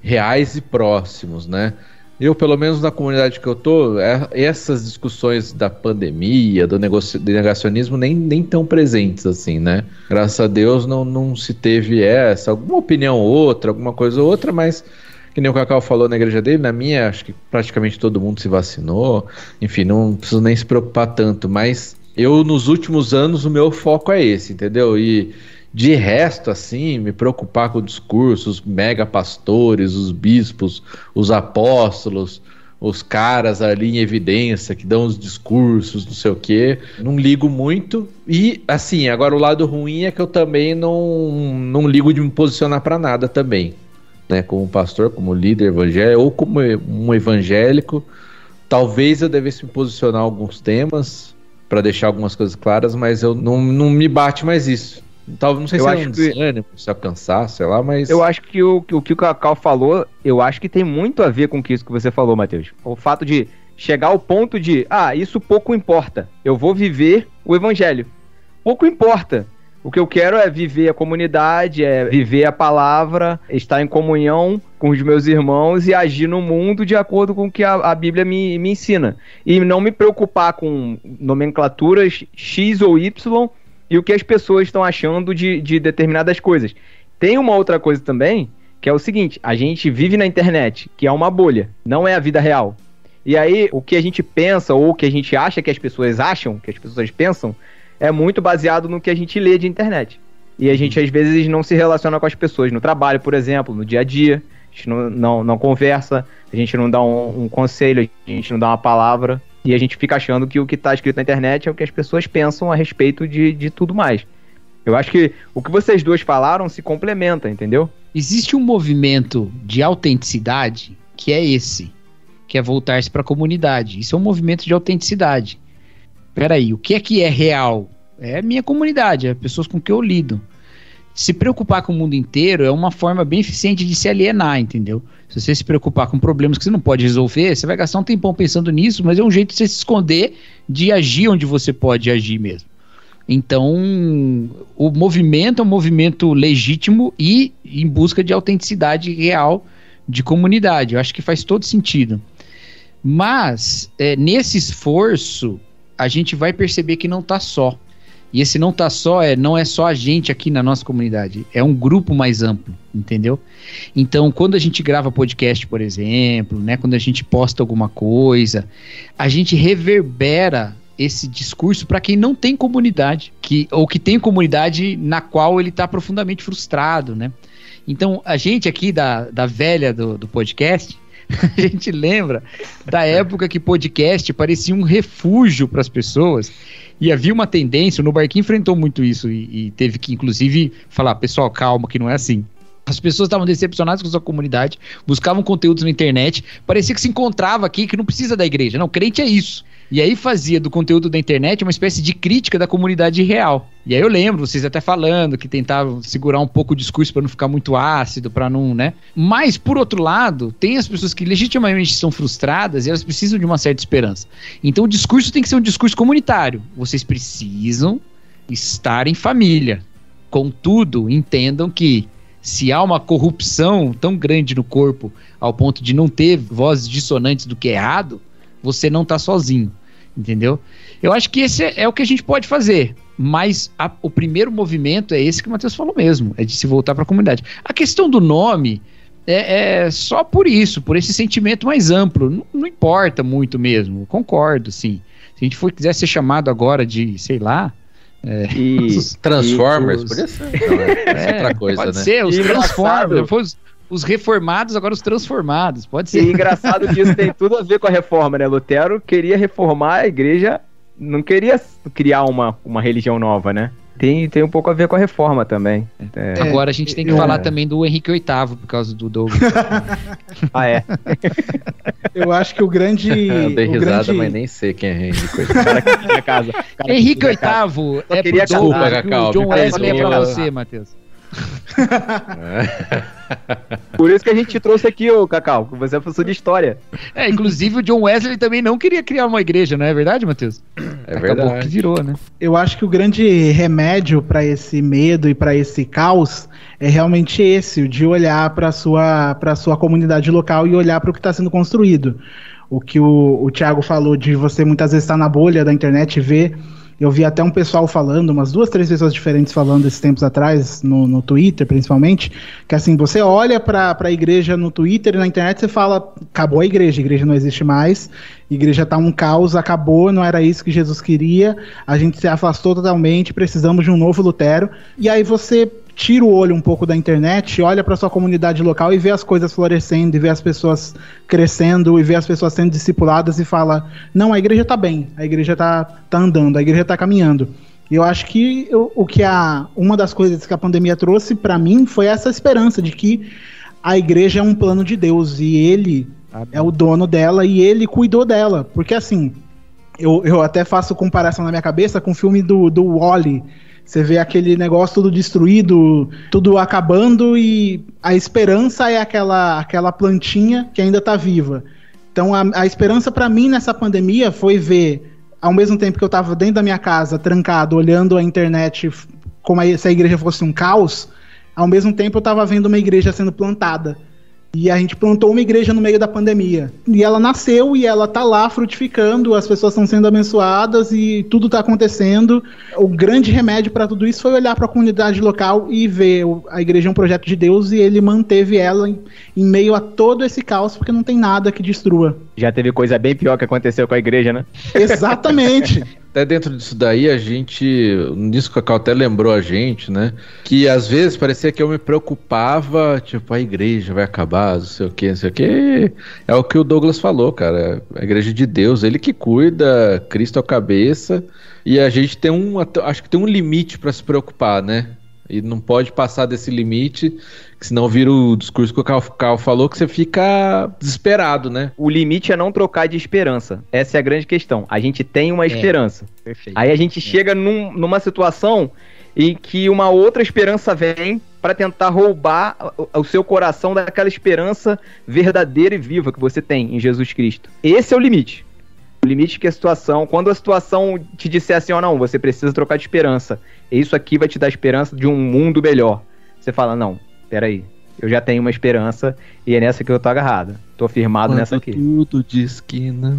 reais e próximos, né? Eu, pelo menos na comunidade que eu tô, é, essas discussões da pandemia, do negocio, do negacionismo, nem, nem tão presentes assim, né? Graças a Deus não, não se teve essa, alguma opinião ou outra, alguma coisa ou outra, mas que nem o Cacau falou na igreja dele, na minha, acho que praticamente todo mundo se vacinou, enfim, não preciso nem se preocupar tanto, mas eu, nos últimos anos, o meu foco é esse, entendeu? E de resto, assim, me preocupar com o discurso, os mega pastores, os bispos, os apóstolos, os caras ali em evidência que dão os discursos, não sei o quê, não ligo muito. E, assim, agora o lado ruim é que eu também não, não ligo de me posicionar para nada também, né? Como pastor, como líder evangélico, ou como um evangélico, talvez eu devesse me posicionar em alguns temas para deixar algumas coisas claras, mas eu não, não me bate mais isso. Talvez, não sei eu se é acho um que... desânimo, se alcançar, sei lá, mas... Eu acho que o, o que o Cacau falou, eu acho que tem muito a ver com isso que você falou, Matheus. O fato de chegar ao ponto de, ah, isso pouco importa, eu vou viver o evangelho. Pouco importa. O que eu quero é viver a comunidade, é viver a palavra, estar em comunhão com os meus irmãos e agir no mundo de acordo com o que a, a Bíblia me, me ensina. E não me preocupar com nomenclaturas X ou Y, e o que as pessoas estão achando de, de determinadas coisas. Tem uma outra coisa também, que é o seguinte, a gente vive na internet, que é uma bolha, não é a vida real. E aí, o que a gente pensa, ou o que a gente acha que as pessoas acham, que as pessoas pensam, é muito baseado no que a gente lê de internet. E a gente, às vezes, não se relaciona com as pessoas no trabalho, por exemplo, no dia a dia, a gente não, não, não conversa, a gente não dá um, um conselho, a gente não dá uma palavra, e a gente fica achando que o que está escrito na internet é o que as pessoas pensam a respeito de, de tudo mais. Eu acho que o que vocês duas falaram se complementa, entendeu? Existe um movimento de autenticidade que é esse, que é voltar-se para a comunidade. Isso é um movimento de autenticidade. Peraí, o que é que é real? É a minha comunidade, é pessoas com quem eu lido. Se preocupar com o mundo inteiro é uma forma bem eficiente de se alienar, entendeu? Se você se preocupar com problemas que você não pode resolver, você vai gastar um tempão pensando nisso, mas é um jeito de você se esconder de agir onde você pode agir mesmo. Então, o movimento é um movimento legítimo e em busca de autenticidade real de comunidade. Eu acho que faz todo sentido. Mas, é, nesse esforço, a gente vai perceber que não está só. E esse não tá só, é, não é só a gente aqui na nossa comunidade, é um grupo mais amplo, entendeu? Então, quando a gente grava podcast, por exemplo, né, quando a gente posta alguma coisa, a gente reverbera esse discurso para quem não tem comunidade, que, ou que tem comunidade na qual ele está profundamente frustrado, né? Então, a gente aqui da, da velha do, do podcast, a gente lembra da época que podcast parecia um refúgio para as pessoas. E havia uma tendência, o No Barquinho enfrentou muito isso e, e teve que, inclusive, falar, pessoal, calma, que não é assim. As pessoas estavam decepcionadas com a sua comunidade, buscavam conteúdos na internet, parecia que se encontrava aqui, que não precisa da igreja. Não, crente é isso. E aí fazia do conteúdo da internet uma espécie de crítica da comunidade real. E aí eu lembro, vocês até falando que tentavam segurar um pouco o discurso para não ficar muito ácido, para não, né? Mas, por outro lado, tem as pessoas que legitimamente são frustradas e elas precisam de uma certa esperança. Então o discurso tem que ser um discurso comunitário. Vocês precisam estar em família. Contudo, entendam que se há uma corrupção tão grande no corpo ao ponto de não ter vozes dissonantes do que é errado, você não está sozinho, entendeu? Eu acho que esse é, é o que a gente pode fazer, mas a, o primeiro movimento é esse que o Matheus falou mesmo, é de se voltar para a comunidade. A questão do nome é, é só por isso, por esse sentimento mais amplo, não, não importa muito mesmo, concordo, sim. Se a gente for quiser ser chamado agora de, sei lá... É, e os Transformers, e os... podia ser, não, é, é outra coisa, pode né? ser, os Transformers, depois os reformados, agora os transformados, pode ser. E engraçado que isso tem tudo a ver com a reforma, né? Lutero queria reformar a igreja, não queria criar uma, uma religião nova, né? Tem, tem um pouco a ver com a reforma também. É, agora a gente tem que é. falar também do Henrique oitavo, por causa do Douglas. Ah, é? Eu acho que o grande... Eu dei o risada, grande... mas nem sei quem é Henrique oitavo. Cara que casa. Henrique oitavo é pro Desculpa, Douglas, Cacau, o John Wesley é pra eu... você, Matheus. Por isso que a gente te trouxe aqui, ô Cacau, que você é professor de história. É, inclusive o John Wesley também não queria criar uma igreja, não é verdade, Matheus? É Acabou verdade. que virou, né? Eu acho que o grande remédio para esse medo e para esse caos é realmente esse, o de olhar para sua para sua comunidade local e olhar para o que está sendo construído. O que o, o Thiago falou de você muitas vezes estar na bolha da internet e ver. Eu vi até um pessoal falando, umas duas, três pessoas diferentes falando esses tempos atrás, no, no Twitter principalmente, que assim, você olha para a igreja no Twitter e na internet, você fala, acabou a igreja, a igreja não existe mais, a igreja tá um caos, acabou, não era isso que Jesus queria, a gente se afastou totalmente, precisamos de um novo Lutero, e aí você tira o olho um pouco da internet, olha para sua comunidade local e vê as coisas florescendo, e vê as pessoas crescendo, e vê as pessoas sendo discipuladas e fala, não, a igreja tá bem, a igreja tá, tá andando, a igreja tá caminhando. E eu acho que eu, o que a, uma das coisas que a pandemia trouxe para mim foi essa esperança de que a igreja é um plano de Deus, e ele ah, é o dono dela, e ele cuidou dela, porque assim, eu, eu até faço comparação na minha cabeça com o filme do, do Wall-E. Você vê aquele negócio tudo destruído, tudo acabando, e a esperança é aquela, aquela plantinha que ainda está viva. Então a, a esperança para mim nessa pandemia foi ver, ao mesmo tempo que eu estava dentro da minha casa, trancado, olhando a internet como a, se a igreja fosse um caos, ao mesmo tempo eu estava vendo uma igreja sendo plantada. E a gente plantou uma igreja no meio da pandemia. E ela nasceu e ela tá lá frutificando, as pessoas estão sendo abençoadas e tudo tá acontecendo. O grande remédio para tudo isso foi olhar para a comunidade local e ver a igreja é um projeto de Deus, e ele manteve ela em, em meio a todo esse caos, porque não tem nada que destrua. Já teve coisa bem pior que aconteceu com a igreja, né? Exatamente. Até dentro disso daí, a gente, nisso que a Cacau até lembrou a gente, né, que às vezes parecia que eu me preocupava, tipo, a igreja vai acabar, não sei o que, não sei o que, é o que o Douglas falou, cara, a igreja de Deus, ele que cuida, Cristo é a cabeça, e a gente tem um, acho que tem um limite para se preocupar, né, e não pode passar desse limite, que senão vira o discurso que o Cacau falou, que você fica desesperado, né? O limite é não trocar de esperança. Essa é a grande questão. A gente tem uma é, esperança. Perfeito. Aí a gente é. chega num, numa situação em que uma outra esperança vem para tentar roubar o, o seu coração daquela esperança verdadeira e viva que você tem em Jesus Cristo. Esse é o limite. O limite que a situação, quando a situação te disser assim, ó, oh, não, você precisa trocar de esperança, isso aqui vai te dar esperança de um mundo melhor. Você fala, não, peraí, eu já tenho uma esperança e é nessa que eu tô agarrado. Tô firmado Quando nessa aqui. Tudo diz que não.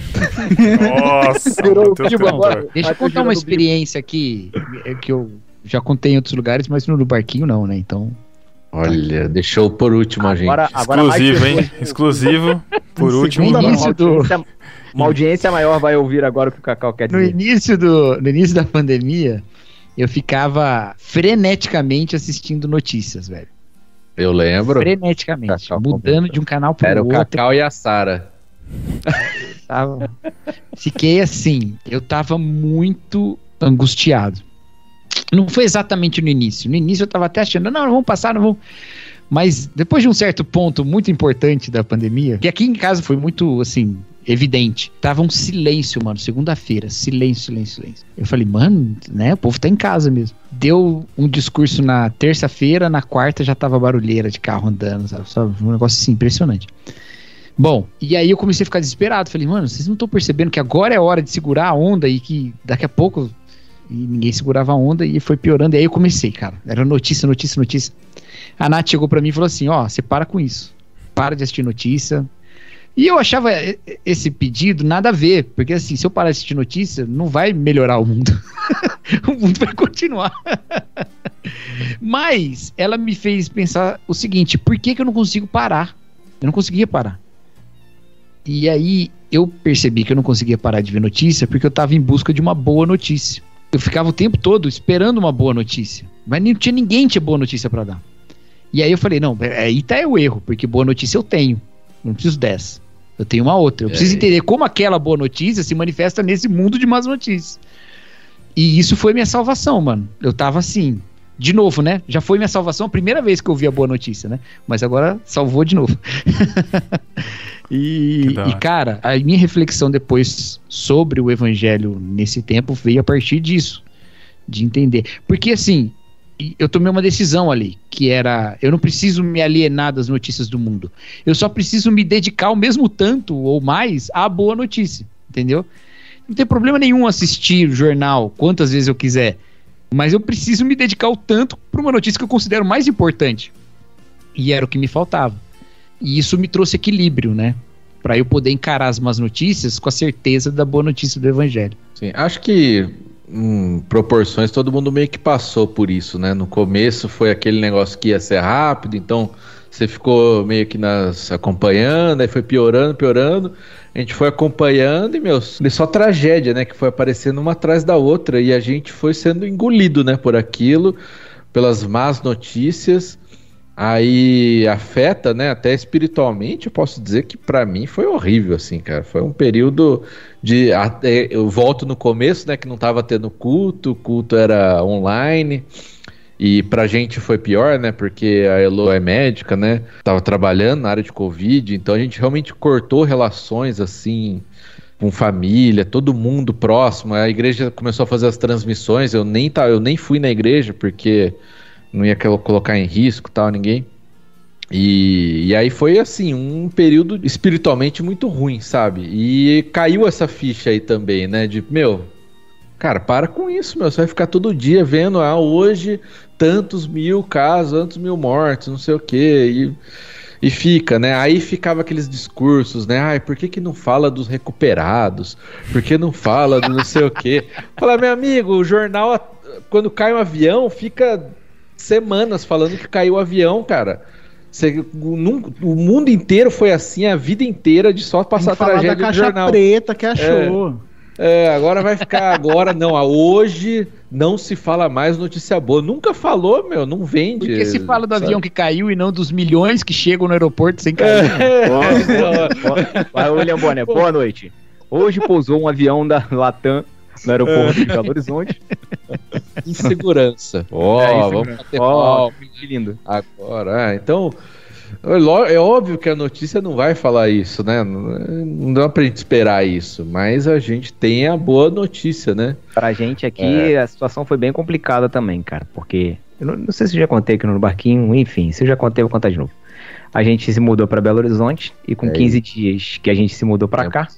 Nossa, Virou, Deus tipo, agora. Deixa eu contar uma experiência aqui, que eu já contei em outros lugares, mas no barquinho não, né, então... Olha, deixou por último a gente. Agora, agora Exclusivo, mais hein? Exclusivo. Por último. No início do... audiência, uma audiência maior vai ouvir agora o que o Cacau quer No dizer. início, do, no início da pandemia, eu ficava freneticamente assistindo notícias, velho. Eu lembro. Freneticamente. Cacau, mudando de um canal pro Era outro. o Cacau e a Sara. Tava... Fiquei assim, eu tava muito angustiado. Não foi exatamente no início. No início eu tava até achando, não, não vamos passar, não vamos... Mas depois de um certo ponto muito importante da pandemia, que aqui em casa foi muito, assim, evidente. Tava um silêncio, mano, segunda-feira, silêncio, silêncio, silêncio. Eu falei, mano, né, o povo tá em casa mesmo. Deu um discurso na terça-feira, na quarta já tava barulheira de carro andando, sabe? Sabe? Um negócio assim, impressionante. Bom, e aí eu comecei a ficar desesperado. Falei, mano, vocês não estão percebendo que agora é hora de segurar a onda e que daqui a pouco... E ninguém segurava a onda e foi piorando. E aí eu comecei, cara. Era notícia, notícia, notícia. A Nath chegou pra mim e falou assim, ó, você para com isso. Para de assistir notícia. E eu achava esse pedido nada a ver. Porque assim, se eu parar de assistir notícia, não vai melhorar o mundo. O mundo vai continuar. Mas ela me fez pensar o seguinte, por que que eu não consigo parar? Eu não conseguia parar. E aí eu percebi que eu não conseguia parar de ver notícia porque eu tava em busca de uma boa notícia. Eu ficava o tempo todo esperando uma boa notícia. Mas não tinha ninguém que tinha boa notícia pra dar. E aí eu falei, não, aí tá o erro, porque boa notícia eu tenho. Não preciso dessa. Eu tenho uma outra. Eu preciso entender como aquela boa notícia se manifesta nesse mundo de más notícias. E isso foi minha salvação, mano. Eu tava assim, de novo, né? Já foi minha salvação a primeira vez que eu vi a boa notícia, né? Mas agora salvou de novo. E, e, cara, a minha reflexão depois sobre o evangelho nesse tempo veio a partir disso, de entender. Porque, assim, E eu tomei uma decisão ali, que era, eu não preciso me alienar das notícias do mundo. Eu só preciso me dedicar o mesmo tanto ou mais à boa notícia, entendeu? Não tem problema nenhum assistir o jornal quantas vezes eu quiser, mas eu preciso me dedicar o tanto para uma notícia que eu considero mais importante. E era o que me faltava. E isso me trouxe equilíbrio, né? Para eu poder encarar as más notícias com a certeza da boa notícia do evangelho. Sim, acho que em proporções todo mundo meio que passou por isso, né? No começo foi aquele negócio que ia ser rápido, então você ficou meio que nas acompanhando, aí foi piorando, piorando. A gente foi acompanhando e, meu, só tragédia, né? Que foi aparecendo uma atrás da outra e a gente foi sendo engolido, né? Por aquilo, pelas más notícias. Aí afeta, né? Até espiritualmente, eu posso dizer que pra mim foi horrível, assim, cara. Foi um período de... Até, eu volto no começo, né? Que não tava tendo culto, o culto era online. E pra gente foi pior, né? Porque a Elo é médica, né? Tava trabalhando na área de Covid, então a gente realmente cortou relações, assim, com família, todo mundo próximo. A igreja começou a fazer as transmissões, eu nem, tá, eu nem fui na igreja, porque não ia colocar em risco, tal, ninguém. E, e aí foi, assim, um período espiritualmente muito ruim, sabe? E caiu essa ficha aí também, né? De, meu... Cara, para com isso, meu. Você vai ficar todo dia vendo, ah, hoje tantos mil casos, tantos mil mortos, não sei o quê. E, e fica, né? Aí ficava aqueles discursos, né? Ai, por que que não fala dos recuperados? Por que não fala do não sei o quê? Fala, meu amigo, o jornal, quando cai um avião, fica semanas falando que caiu o avião, cara. Você, num, o mundo inteiro foi assim, a vida inteira, de só passar tragédia da no jornal. Caixa preta que achou. É. É, agora vai ficar agora, não, hoje não se fala mais notícia boa. Nunca falou, meu, não vende. Porque se fala do sabe? avião que caiu e não dos milhões que chegam no aeroporto sem cair. É. Boa, William Bonner, boa noite. Hoje pousou um avião da Latam no aeroporto de Belo Horizonte. Insegurança. Ó, É, vamos insegurança. bater Ó, palma. que lindo. Agora, é, então... É óbvio que a notícia não vai falar isso, né? Não dá pra gente esperar isso, mas a gente tem a boa notícia, né? Pra gente aqui, É. a situação foi bem complicada também, cara, porque, eu não, não sei se eu já contei aqui no barquinho, enfim, se eu já contei, eu vou contar de novo. A gente se mudou pra Belo Horizonte e com É. quinze dias que a gente se mudou pra É. cá,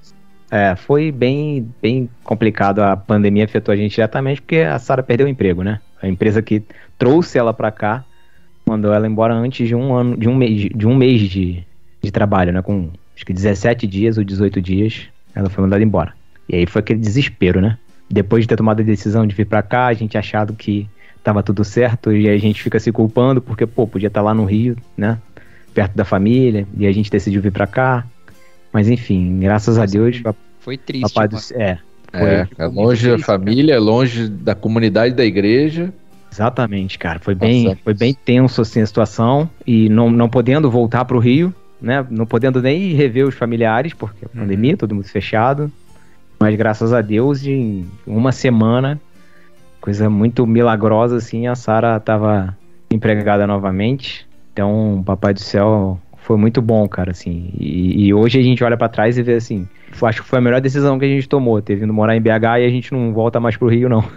é, foi bem, bem complicado. A pandemia afetou a gente diretamente porque a Sara perdeu o emprego, né? A empresa que trouxe ela pra cá mandou ela embora antes de um ano, de um mês, de um mês de, de trabalho, né? Com acho que dezessete dias ou dezoito dias, ela foi mandada embora. E aí foi aquele desespero, né? Depois de ter tomado a decisão de vir pra cá, a gente achado que tava tudo certo e aí a gente fica se culpando porque, pô, podia estar lá no Rio, né? Perto da família, e a gente decidiu vir pra cá. Mas enfim, graças a Deus, Foi triste. papai do mano. céu. É, É, foi é longe da triste, família, longe da comunidade da igreja. exatamente, cara. Foi bem, Nossa. foi bem tenso assim a situação. E não, não podendo voltar pro Rio, né? Não podendo nem rever os familiares, porque a Uhum. pandemia, todo mundo fechado. Mas graças a Deus, em uma semana, coisa muito milagrosa, assim, a Sara tava empregada novamente. Então, o Papai do Céu foi muito bom, cara, assim. E, e hoje a gente olha pra trás e vê assim, eu acho que foi a melhor decisão que a gente tomou, ter vindo morar em B H e a gente não volta mais pro Rio, não.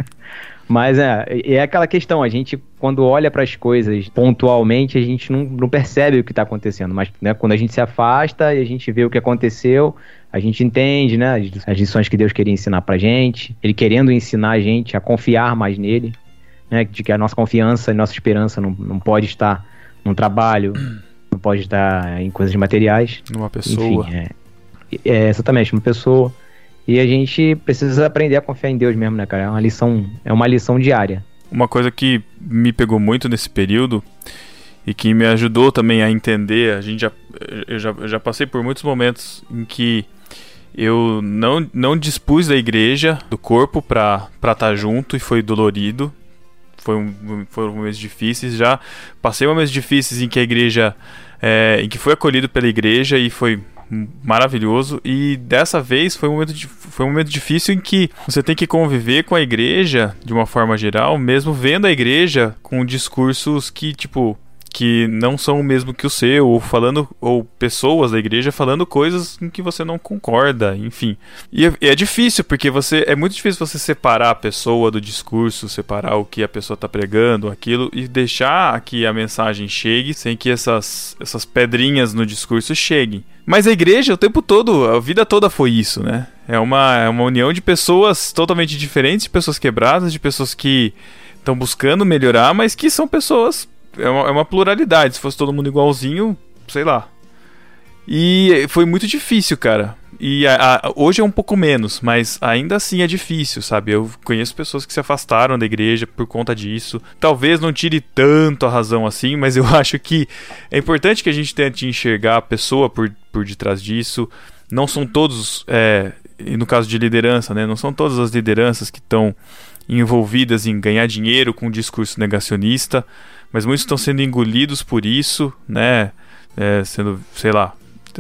Mas é, é aquela questão, a gente quando olha para as coisas pontualmente, a gente não, não percebe o que está acontecendo, mas né, quando a gente se afasta e a gente vê o que aconteceu, a gente entende, né, as, as lições que Deus queria ensinar pra gente, Ele querendo ensinar a gente a confiar mais nele, né, de que a nossa confiança e nossa esperança não, não pode estar num trabalho, não pode estar em coisas materiais, Numa pessoa. enfim, é, é exatamente, uma pessoa. E a gente precisa aprender a confiar em Deus mesmo, né, cara? É uma lição, é uma lição diária. Uma coisa que me pegou muito nesse período e que me ajudou também a entender, a gente já, eu, já, eu já passei por muitos momentos em que eu não, não dispus da igreja, do corpo, pra estar junto, e foi dolorido. Foi um, foram momentos difíceis. Já passei momentos difíceis em que a igreja, é, em que foi acolhido pela igreja e foi maravilhoso, e dessa vez foi um momento, de, foi um momento difícil em que você tem que conviver com a igreja de uma forma geral, mesmo vendo a igreja com discursos que, tipo, que não são o mesmo que o seu, ou falando, ou pessoas da igreja falando coisas em que você não concorda, enfim. E é, é difícil, porque você é muito difícil você separar a pessoa do discurso, separar o que a pessoa está pregando, aquilo, e deixar que a mensagem chegue sem que essas, essas pedrinhas no discurso cheguem. Mas a igreja, o tempo todo, a vida toda foi isso, né? É uma, é uma união de pessoas totalmente diferentes, de pessoas quebradas, de pessoas que estão buscando melhorar, mas que são pessoas... É uma, é uma pluralidade. Se fosse todo mundo igualzinho, sei lá. E foi muito difícil, cara. E a, a, hoje é um pouco menos, mas ainda assim é difícil, sabe? Eu conheço pessoas que se afastaram da igreja por conta disso. Talvez não tire tanto a razão assim, mas eu acho que é importante que a gente tente enxergar a pessoa por, por detrás disso. Não são todos, é, e no caso de liderança, né? Não são todas as lideranças que estão envolvidas em ganhar dinheiro com um discurso negacionista, mas muitos estão sendo engolidos por isso, né? É, sendo, sei lá,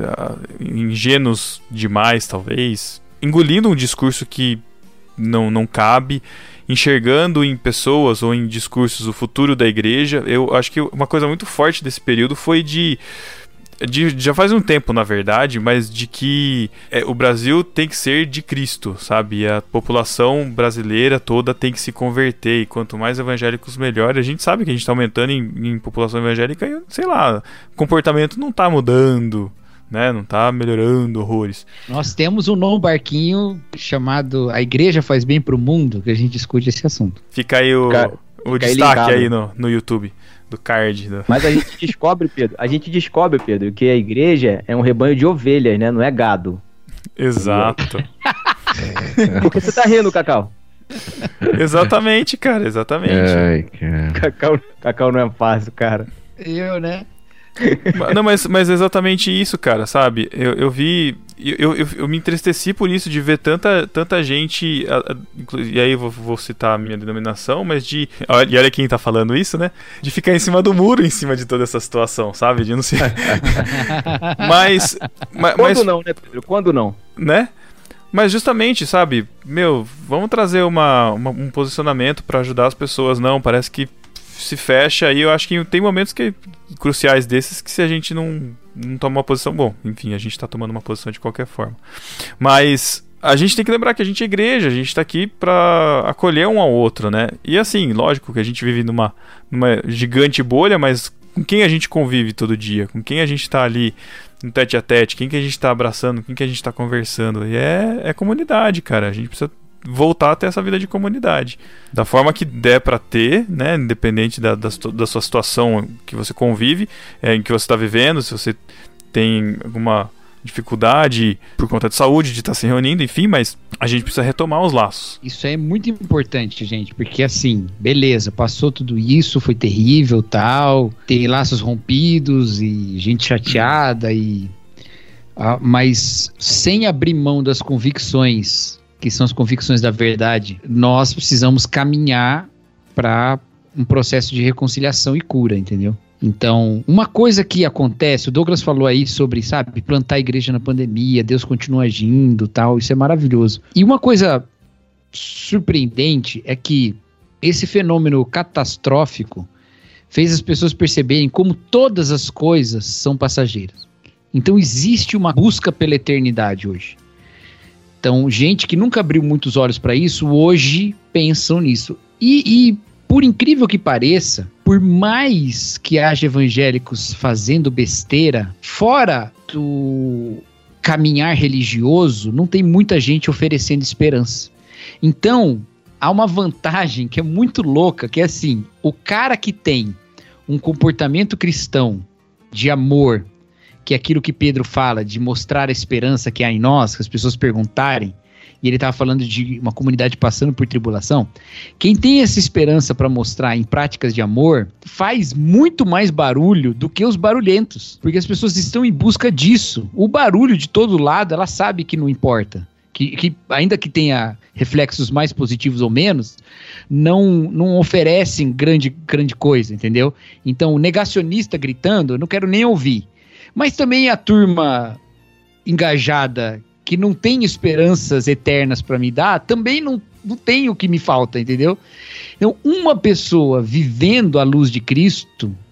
ingênuos demais, talvez, engolindo um discurso que não, não cabe, enxergando em pessoas ou em discursos o futuro da igreja. Eu acho que uma coisa muito forte desse período foi de... De, já faz um tempo, na verdade, mas de que é, o Brasil tem que ser de Cristo, sabe? E a população brasileira toda tem que se converter, e quanto mais evangélicos, melhor. A gente sabe que a gente está aumentando em, em população evangélica e, sei lá, o comportamento não está mudando, né? Não está melhorando horrores. Nós temos um novo barquinho chamado A Igreja Faz Bem pro Mundo, que a gente discute esse assunto. Fica aí o, Fica, o fica destaque aí, aí no, no YouTube. Do card. Do... Mas a gente descobre, Pedro, a gente descobre, Pedro, que a igreja é um rebanho de ovelhas, né? Não é gado. Exato. Por que você tá rindo, Cacau? Exatamente, cara, exatamente. Ai, cara. Cacau, Cacau não é fácil, cara. Eu, né? Não, mas, mas é exatamente isso, cara, sabe? Eu, eu vi... Eu, eu, eu me entristeci por isso, de ver tanta, tanta gente... A, a, e aí eu vou, vou citar a minha denominação, mas de... E olha quem tá falando isso, né? De ficar em cima do muro, em cima de toda essa situação, sabe? De não ser... mas, mas... Quando mas, não, né, Pedro? Quando não? Né? Mas justamente, sabe? Meu, vamos trazer uma, uma, um posicionamento pra ajudar as pessoas. Não, parece que se fecha, e eu acho que tem momentos que, cruciais desses que se a gente não, não toma uma posição, bom, enfim, a gente tá tomando uma posição de qualquer forma, mas a gente tem que lembrar que a gente é igreja, a gente tá aqui pra acolher um ao outro, né? E assim, lógico que a gente vive numa, numa gigante bolha, mas com quem a gente convive todo dia, com quem a gente tá ali no tete a tete, quem que a gente tá abraçando, quem que a gente tá conversando, e é, é comunidade, cara, a gente precisa voltar a ter essa vida de comunidade da forma que der pra ter, né, independente da, da, da sua situação que você convive, é, em que você está vivendo, se você tem alguma dificuldade por conta de saúde, de estar se reunindo, enfim, mas a gente precisa retomar os laços. Isso é muito importante, gente, porque assim, beleza, passou tudo isso, foi terrível, tal, tem laços rompidos e gente chateada, e ah, mas sem abrir mão das convicções, que são as convicções da verdade, nós precisamos caminhar para um processo de reconciliação e cura, entendeu? Então, uma coisa que acontece, o Douglas falou aí sobre, sabe, plantar a igreja na pandemia, Deus continua agindo, tal, isso é maravilhoso. E uma coisa surpreendente é que esse fenômeno catastrófico fez as pessoas perceberem como todas as coisas são passageiras. Então, existe uma busca pela eternidade hoje. Então, gente que nunca abriu muitos olhos para isso, hoje pensam nisso. E, e, por incrível que pareça, por mais que haja evangélicos fazendo besteira, fora do caminhar religioso, não tem muita gente oferecendo esperança. Então, há uma vantagem que é muito louca, que é assim, o cara que tem um comportamento cristão de amor, que é aquilo que Pedro fala, de mostrar a esperança que há em nós, que as pessoas perguntarem, e ele estava falando de uma comunidade passando por tribulação, quem tem essa esperança para mostrar em práticas de amor, faz muito mais barulho do que os barulhentos, porque as pessoas estão em busca disso. O barulho de todo lado, ela sabe que não importa, que, que ainda que tenha reflexos mais positivos ou menos, não, não oferecem grande, grande coisa, entendeu? Então, o negacionista gritando, eu não quero nem ouvir. Mas também a turma engajada, que não tem esperanças eternas para me dar, também não, não tem o que me falta, entendeu? Então, uma pessoa vivendo a luz de Cristo,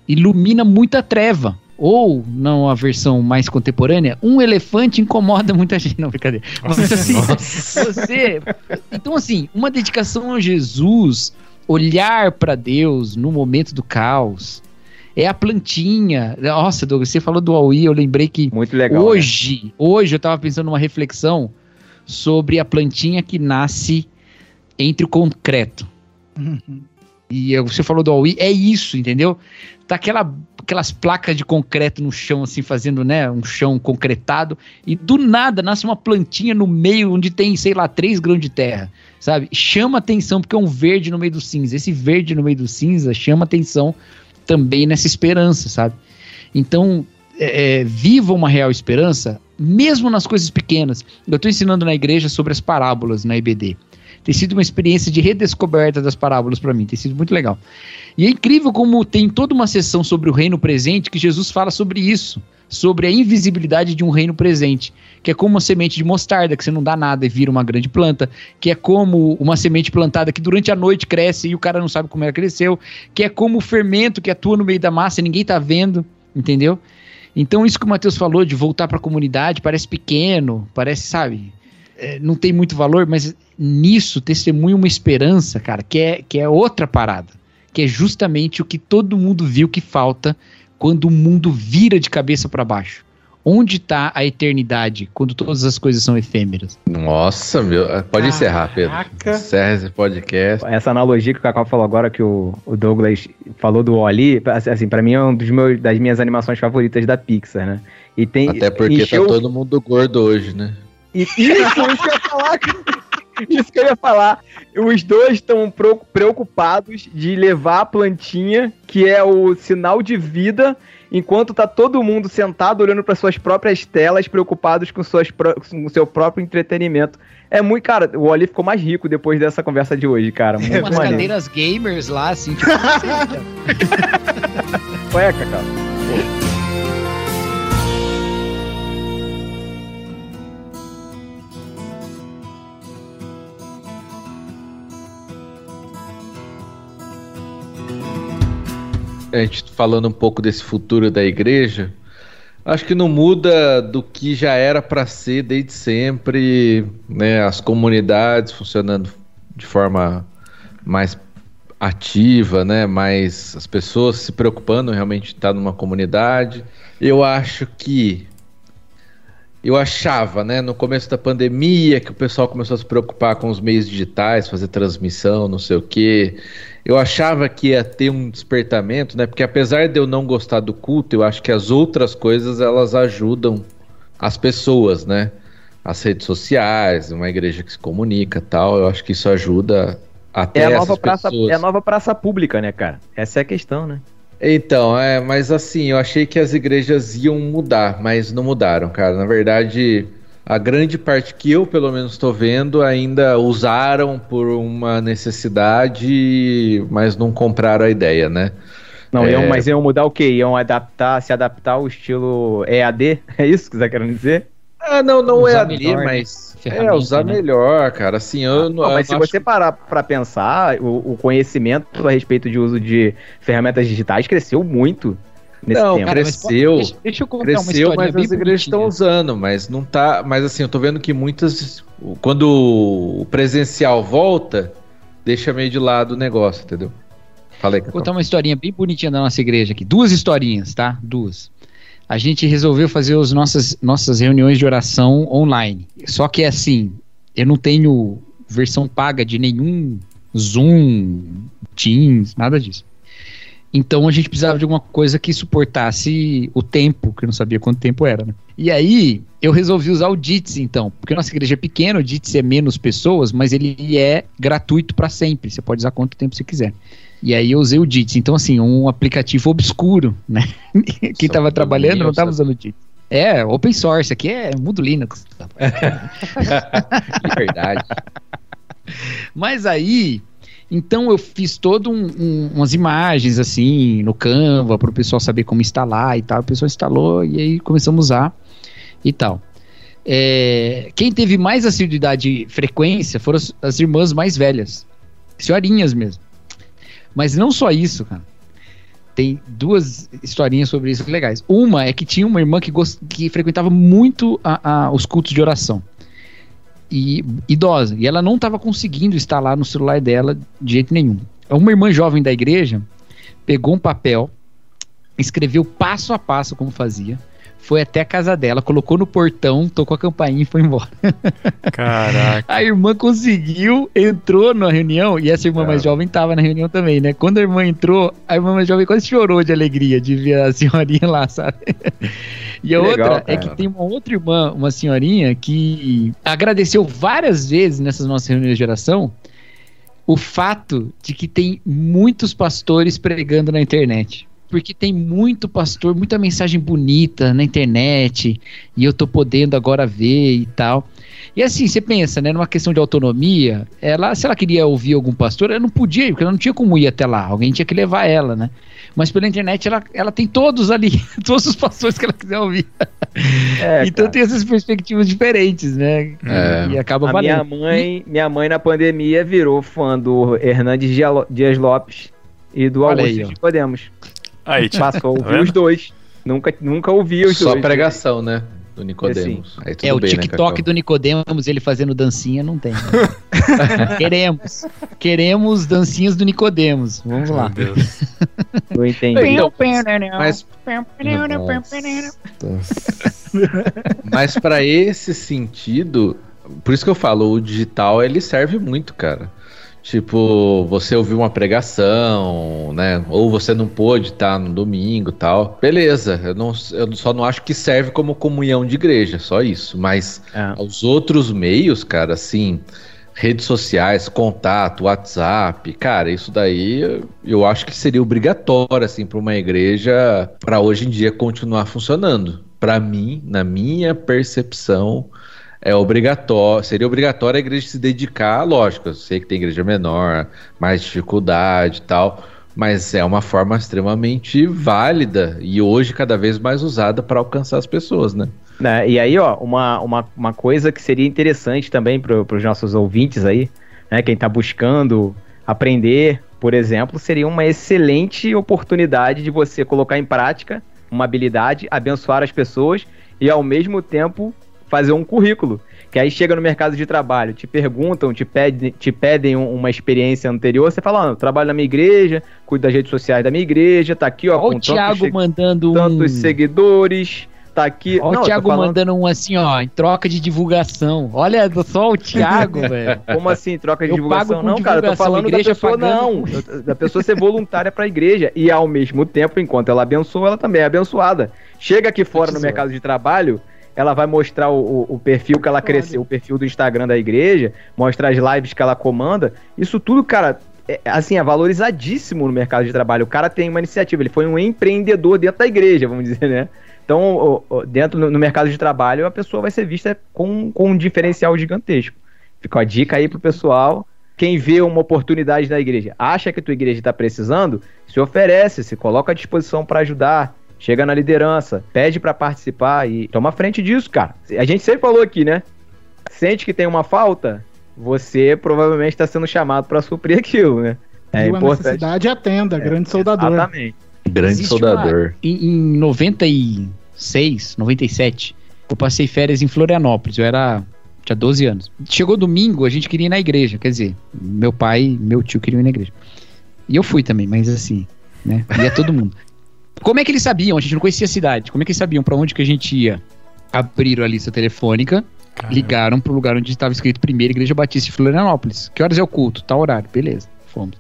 ilumina muita treva. Ou, não a versão mais contemporânea, um elefante incomoda muita gente. Não, brincadeira. Mas, assim, você... Então, assim, uma dedicação a Jesus, olhar para Deus no momento do caos, é a plantinha. Nossa, Douglas, você falou do Aui, eu lembrei que muito legal, hoje, né? hoje eu tava pensando numa reflexão sobre a plantinha que nasce entre o concreto. Uhum. E você falou do Aui, é isso, entendeu? Tá aquela, aquelas placas de concreto no chão, assim, fazendo, né, um chão concretado, e do nada nasce uma plantinha no meio, onde tem, sei lá, três grãos de terra, sabe? Chama atenção, porque é um verde no meio do cinza. Esse verde no meio do cinza chama atenção também nessa esperança, sabe? Então, é, é, viva uma real esperança, mesmo nas coisas pequenas. Eu tô ensinando na igreja sobre as parábolas na I B D. Tem sido uma experiência de redescoberta das parábolas para mim, tem sido muito legal. E é incrível como tem toda uma sessão sobre o reino presente que Jesus fala sobre isso, sobre a invisibilidade de um reino presente, que é como uma semente de mostarda, que você não dá nada e vira uma grande planta, que é como uma semente plantada que durante a noite cresce e o cara não sabe como ela cresceu, que é como o fermento que atua no meio da massa e ninguém tá vendo, entendeu? Então isso que o Matheus falou de voltar para a comunidade parece pequeno, parece, sabe... É, não tem muito valor, mas nisso testemunha uma esperança, cara, que é, que é outra parada, que é justamente o que todo mundo viu que falta quando o mundo vira de cabeça para baixo. Onde está a eternidade quando todas as coisas são efêmeras? Nossa, meu, pode encerrar, Pedro. Caraca. Encerra esse podcast. Essa analogia que o Cacau falou agora, que o, o Douglas falou do Wall-E, assim, pra mim é uma meus, das minhas animações favoritas da Pixar, né? E tem, até porque encheu... tá todo mundo gordo hoje, né? E isso, isso que eu ia falar, isso que eu ia falar. Os dois estão preocupados de levar a plantinha, que é o sinal de vida, enquanto tá todo mundo sentado olhando para suas próprias telas, preocupados com, suas, com o seu próprio entretenimento. É muito, cara, o Wall-E ficou mais rico depois dessa conversa de hoje, cara. Muito umas maneiro. Cadeiras gamers lá, assim, tipo... Qual é, Cacau? A gente falando um pouco desse futuro da igreja, acho que não muda do que já era para ser desde sempre, né? As comunidades funcionando de forma mais ativa, né? Mais as pessoas se preocupando realmente de estar numa comunidade. Eu acho que eu achava, né, no começo da pandemia, que o pessoal começou a se preocupar com os meios digitais, fazer transmissão, não sei o quê. Eu achava que ia ter um despertamento, né? Porque apesar de eu não gostar do culto, eu acho que as outras coisas, elas ajudam as pessoas, né? As redes sociais, uma igreja que se comunica e tal, eu acho que isso ajuda até é a essas nova praça, pessoas. É a nova praça pública, né, cara? Essa é a questão, né? Então, é, mas assim, eu achei que as igrejas iam mudar, mas não mudaram, cara. Na verdade, a grande parte que eu, pelo menos, estou vendo, ainda usaram por uma necessidade, mas não compraram a ideia, né? Não, é... iam, mas iam mudar o quê? Iam adaptar, se adaptar ao estilo E A D? É isso que você tá querendo dizer? Ah, não, não usar E A D, melhor, mas... né? É, usar né? melhor, cara. Assim, eu Ah, não... não, mas eu se você acho... parar pra pensar, o, o conhecimento a respeito de uso de ferramentas digitais cresceu muito nesse Não, tempo. cara, cresceu, deixa, deixa eu contar uma cresceu, historinha mas bem as igrejas estão bonitinha. usando, mas não tá... Mas assim, eu tô vendo que muitas... Quando o presencial volta, deixa meio de lado o negócio, entendeu? Falei, Vou contar uma historinha bem bonitinha da nossa igreja aqui. Duas historinhas, tá? Duas. A gente resolveu fazer as nossas, nossas reuniões de oração online. Só que assim, eu não tenho versão paga de nenhum Zoom, Teams, nada disso. Então a gente precisava de alguma coisa que suportasse o tempo, que eu não sabia quanto tempo era, né? E aí eu resolvi usar o Jitsi, então, porque a nossa igreja é pequena, o Jitsi é menos pessoas, mas ele é gratuito para sempre, você pode usar quanto tempo você quiser. E aí eu usei o Jitsi, então assim, um aplicativo obscuro, né? Quem estava trabalhando não estava usando o Jitsi. É, open source, aqui é mundo Linux. Verdade. Mas aí, então eu fiz todo um, um, umas imagens assim no Canva para o pessoal saber como instalar e tal. O pessoal instalou e aí começamos a usar e tal. É, quem teve mais assiduidade e frequência foram as, as irmãs mais velhas, senhorinhas mesmo. Mas não só isso, cara. tem duas historinhas sobre isso legais. Uma é que tinha uma irmã que, gost... que frequentava muito a, a, os cultos de oração. E idosa. E ela não estava conseguindo instalar no celular dela de jeito nenhum. Uma irmã jovem da igreja pegou um papel, escreveu passo a passo como fazia, foi até a casa dela, colocou no portão, tocou a campainha e foi embora. Caraca. A irmã conseguiu, entrou na reunião, e essa irmã mais jovem estava na reunião também, né? Quando a irmã entrou, a irmã mais jovem quase chorou de alegria de ver a senhorinha lá, sabe? E a Que outra legal, é que tem uma outra irmã, uma senhorinha, que agradeceu várias vezes nessas nossas reuniões de oração o fato de que tem muitos pastores pregando na internet. Porque tem muito pastor, muita mensagem bonita na internet, e eu tô podendo agora ver e tal. E assim, você pensa, né, numa questão de autonomia, ela, se ela queria ouvir algum pastor, ela não podia, porque ela não tinha como ir até lá, alguém tinha que levar ela, né? Mas pela internet ela, ela tem todos ali, todos os pastores que ela quiser ouvir. É, então cara, tem essas perspectivas diferentes, né? É. E acaba a valendo. Minha mãe, minha mãe na pandemia virou fã do Hernandes Dias Lopes e do Olha Augusto aí, ó. Nicodemos. Aí, tipo, Passou a tá ouvir vendo? os dois. Nunca, nunca ouvi os Só dois. pregação, né? Do Nicodemos. Aí tudo É, o bem, né, TikTok Cacau? do Nicodemos, ele fazendo dancinha, não tem. Queremos. Queremos dancinhas do Nicodemos. Vamos Meu lá. Deus. Eu entendi. Então, mas, mas para esse sentido, por isso que eu falo, o digital ele serve muito, cara. Tipo, você ouviu uma pregação, né? Ou você não pôde estar no domingo e tal. Beleza, eu, não, eu só não acho que serve como comunhão de igreja, só isso. Mas É. os outros meios, cara, assim, redes sociais, contato, WhatsApp, cara, isso daí eu, eu acho que seria obrigatório, assim, para uma igreja, para hoje em dia continuar funcionando. Para mim, na minha percepção, é obrigatório, seria obrigatório a igreja se dedicar, lógico, eu sei que tem igreja menor, mais dificuldade e tal, mas é uma forma extremamente válida e hoje cada vez mais usada para alcançar as pessoas, né? Né, e aí, ó, uma, uma, uma coisa que seria interessante também para os nossos ouvintes aí, né, quem está buscando aprender, por exemplo, seria uma excelente oportunidade de você colocar em prática uma habilidade, abençoar as pessoas e ao mesmo tempo fazer um currículo, que aí chega no mercado de trabalho, te perguntam, te pedem, te pedem uma experiência anterior, você fala, ó, eu trabalho na minha igreja, cuido das redes sociais da minha igreja, tá aqui, ó, Ó, com o Thiago tantos, mandando um... tantos seguidores, tá aqui... Ó, Não, o eu Thiago tô falando- mandando um assim, ó, em troca de divulgação. Olha só o Thiago, velho. Como assim, troca de Eu divulgação? pago com Não, cara, eu tô divulgação, falando da igreja pessoa, pagando não. com- Da pessoa ser voluntária pra igreja. E ao mesmo tempo, enquanto ela abençoa, ela também é abençoada. Chega aqui fora no Tesouro. mercado de trabalho, ela vai mostrar o, o- o perfil que ela cresceu, o perfil do Instagram da igreja, mostrar as lives que ela comanda. Isso tudo, cara, é, assim, é valorizadíssimo no mercado de trabalho. O cara tem uma iniciativa, ele foi um empreendedor dentro da igreja, vamos dizer, né? Então, o- o- dentro no, no mercado de trabalho, a pessoa vai ser vista com, com um diferencial gigantesco. Fica a dica aí pro pessoal. Quem vê uma oportunidade na igreja, acha que a tua igreja está precisando, se oferece, se coloca à disposição para ajudar, chega na liderança, pede para participar e toma frente disso, cara. A gente sempre falou aqui, né? Sente que tem uma falta, você provavelmente está sendo chamado para suprir aquilo, né? É Viu a importante. necessidade e atenda, grande soldador. Exatamente. Grande Existe soldador. uma- em, em noventa e seis, noventa e sete, eu passei férias em Florianópolis. Eu era. Tinha doze anos. Chegou domingo, a gente queria ir na igreja. Quer dizer, meu pai e meu tio queriam ir na igreja. E eu fui também, mas assim, né? Ia todo mundo. Como é que eles sabiam? A gente não conhecia a cidade. Como é que eles sabiam pra onde que a gente ia? Abriram a lista telefônica, Caramba. ligaram pro lugar onde estava escrito Primeira Igreja Batista de Florianópolis. Que horas é o culto? Tal horário. Beleza, fomos.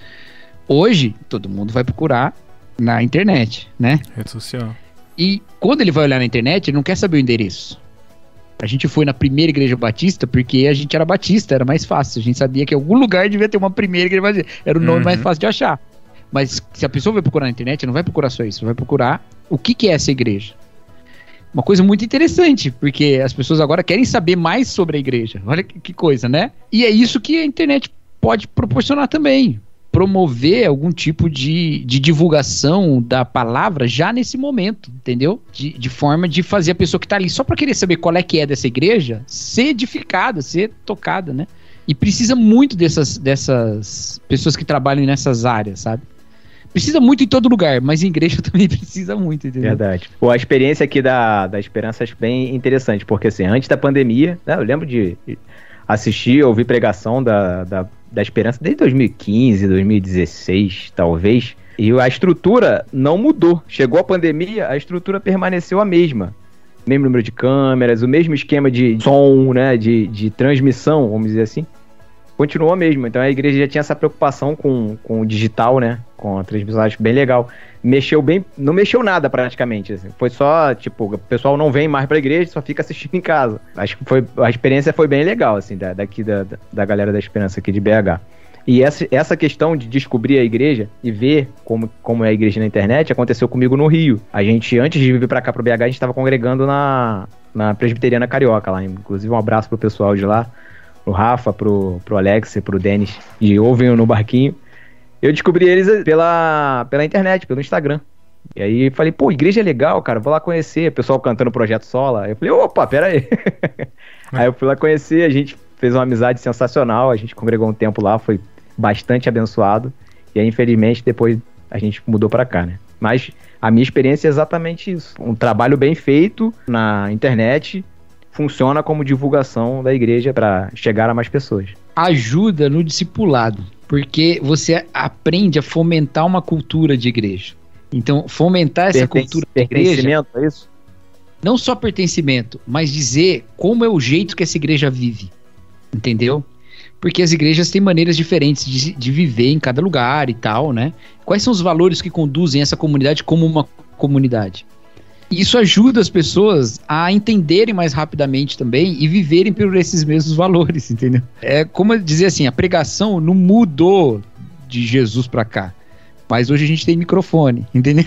Hoje, todo mundo vai procurar na internet, né? Rede social. E quando ele vai olhar na internet, ele não quer saber o endereço. A gente foi na Primeira Igreja Batista porque a gente era batista, era mais fácil. A gente sabia que em algum lugar devia ter uma Primeira Igreja Batista. Era o nome Uhum. mais fácil de achar. Mas se a pessoa vai procurar na internet, não vai procurar só isso. Vai procurar o que, que é essa igreja. Uma coisa muito interessante, porque as pessoas agora querem saber mais sobre a igreja. Olha que, que coisa, né? E é isso que a internet pode proporcionar também. Promover algum tipo de, de divulgação da palavra já nesse momento, entendeu? De, de forma de fazer a pessoa que tá ali só para querer saber qual é que é dessa igreja ser edificada, ser tocada, né? E precisa muito dessas, dessas pessoas que trabalham nessas áreas, sabe? Precisa muito em todo lugar, mas em igreja também precisa muito, entendeu? Verdade. Pô, a experiência aqui da, da Esperança acho bem interessante, porque assim, antes da pandemia, né, eu lembro de assistir, ouvir pregação da, da, da Esperança desde dois mil e quinze, dois mil e dezesseis, talvez, e a estrutura não mudou. Chegou a pandemia, a estrutura permaneceu a mesma. O mesmo número de câmeras, o mesmo esquema de som, né, de, de transmissão, vamos dizer assim, continuou a mesma. Então a igreja já tinha essa preocupação com, com o digital, né, com a transmissão, acho bem legal. Mexeu bem, não mexeu nada praticamente, assim. Foi só, tipo, o pessoal não vem mais pra igreja, só fica assistindo em casa. Acho que foi, a experiência foi bem legal, assim, da, daqui da, da galera da Esperança aqui de B H. E essa, essa questão de descobrir a igreja e ver como, como é a igreja na internet aconteceu comigo no Rio. A gente, antes de vir pra cá, pro B H, a gente tava congregando na, na Presbiteriana Carioca lá. Inclusive, um abraço pro pessoal de lá, pro Rafa, pro, pro Alex, pro Denis, de Ouvem no Barquinho. Eu descobri eles pela, pela internet, pelo Instagram. E aí falei, pô, igreja é legal, cara, vou lá conhecer. O pessoal cantando o Projeto Sola. Eu falei, opa, pera aí. Aí eu fui lá conhecer, a gente fez uma amizade sensacional, a gente congregou um tempo lá, foi bastante abençoado. E aí, infelizmente, depois a gente mudou pra cá, né? Mas a minha experiência é exatamente isso. Um trabalho bem feito na internet funciona como divulgação da igreja para chegar a mais pessoas. Ajuda no discipulado, porque você aprende a fomentar uma cultura de igreja. Então, fomentar essa Pertence, cultura de igreja, pertencimento, é isso? não só pertencimento, mas dizer como é o jeito que essa igreja vive, entendeu? Porque as igrejas têm maneiras diferentes de, de viver em cada lugar e tal, né? Quais são os valores que conduzem essa comunidade como uma comunidade? Isso ajuda as pessoas a entenderem mais rapidamente também e viverem por esses mesmos valores, entendeu? É como dizer assim, a pregação não mudou de Jesus pra cá, mas hoje a gente tem microfone, entendeu?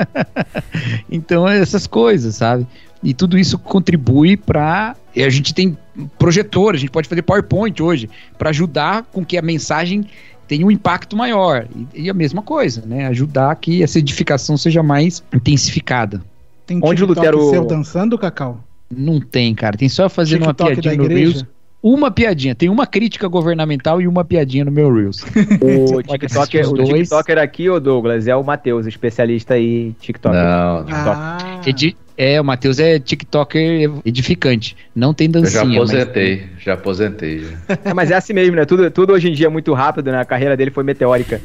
Então, essas coisas, sabe? E tudo isso contribui para... A gente tem projetor, a gente pode fazer PowerPoint hoje para ajudar com que a mensagem tenha um impacto maior. E, e a mesma coisa, né? Ajudar que essa edificação seja mais intensificada. Tem Onde o TikTok Lutero- seu dançando, Cacau? Não tem, cara. Tem só fazendo uma TikTok piadinha da no igreja? Reels. Uma piadinha. Tem uma crítica governamental e uma piadinha no meu Reels. O Pode TikToker, assistir o os dois. TikToker aqui, ô Douglas, é o Matheus, especialista aí TikTok. Não, Ah, Edi- É, o Matheus é TikToker edificante. Não tem eu já dancinha. mas- aposentei, já aposentei. Já. É, mas é assim mesmo, né? Tudo, tudo hoje em dia é muito rápido, né? A carreira dele foi meteórica.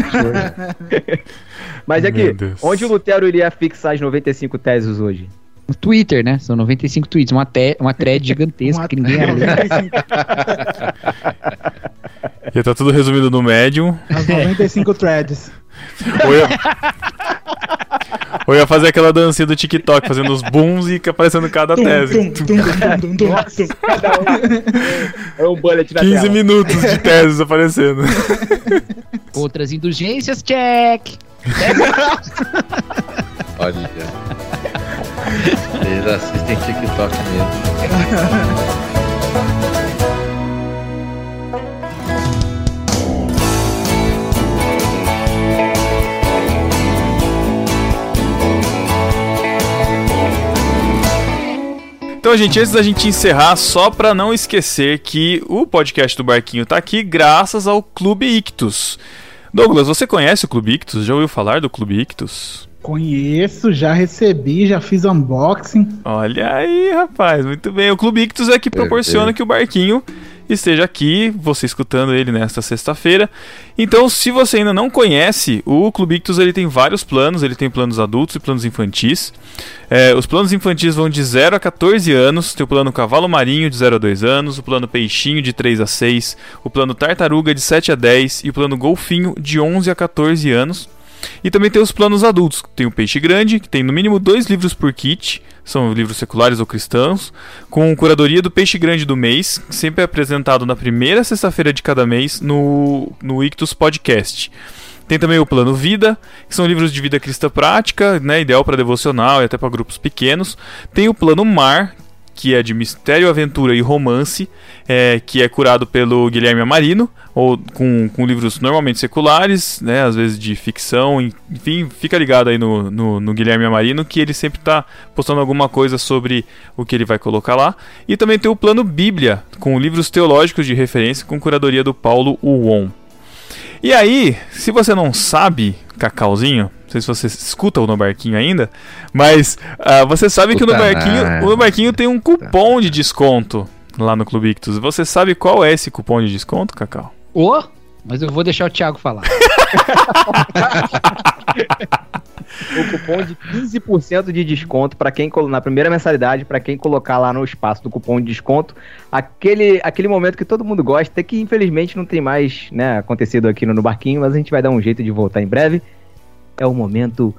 Mas é Meu que, Deus. onde o Lutero iria fixar as noventa e cinco teses hoje? No Twitter, né? São noventa e cinco tweets. Uma, te- uma thread gigantesca uma- que ninguém lê. Já tá tudo resumido no Medium. As noventa e cinco threads. Ou ia... Ou ia fazer aquela dancinha do TikTok, fazendo os booms e aparecendo cada Tum, tese. tum, tum, tum, tum, tum, Nossa, tum. cada um. É um bullet na quinze tela. minutos de teses aparecendo. Outras indulgências, check. Olha. Eles assistem TikTok mesmo. Então, gente, antes da gente encerrar, só pra não esquecer que o podcast do Barquinho tá aqui graças ao Clube Ictus. Douglas, você conhece o Clube Ictus? Já ouviu falar do Clube Ictus? Conheço, já recebi, já fiz unboxing. Olha aí, rapaz, muito bem. O Clube Ictus é que proporciona que o Barquinho esteja aqui, você escutando ele nesta sexta-feira. Então, se você ainda não conhece, o Clube Ictus ele tem vários planos, ele tem planos adultos e planos infantis. É, os planos infantis vão de zero a catorze anos, tem o plano Cavalo Marinho de zero a dois anos, o plano Peixinho de três a seis, o plano Tartaruga de sete a dez e o plano Golfinho de onze a catorze anos. E também tem os planos adultos, tem o Peixe Grande, que tem no mínimo dois livros por kit, são livros seculares ou cristãos, com curadoria do Peixe Grande do mês, que sempre é apresentado na primeira sexta-feira de cada mês no, no Ictus Podcast. Tem também o Plano Vida, que são livros de vida cristã prática, né, ideal para devocional e até para grupos pequenos. Tem o Plano Mar, que é de mistério, aventura e romance, é, que é curado pelo Guilherme Amarino, ou com, com livros normalmente seculares, né, às vezes de ficção, enfim, fica ligado aí no, no, no Guilherme Amarino, que ele sempre está postando alguma coisa sobre o que ele vai colocar lá. E também tem o Plano Bíblia, com livros teológicos de referência, com curadoria do Paulo Uon. E aí, se você não sabe Cacauzinho, não sei se você escuta o No Barquinho ainda, mas uh, você sabe que o No Barquinho, o No Barquinho tem um cupom de desconto lá no Clube Ictus. Você sabe qual é esse cupom de desconto, Cacau? Ô, oh, mas eu vou deixar o Thiago falar. O cupom de quinze por cento de desconto para quem na primeira mensalidade, para quem colocar lá no espaço do cupom de desconto, aquele, aquele momento que todo mundo gosta, que infelizmente não tem mais, né, acontecido aqui no, no Barquinho, mas a gente vai dar um jeito de voltar em breve. É o momento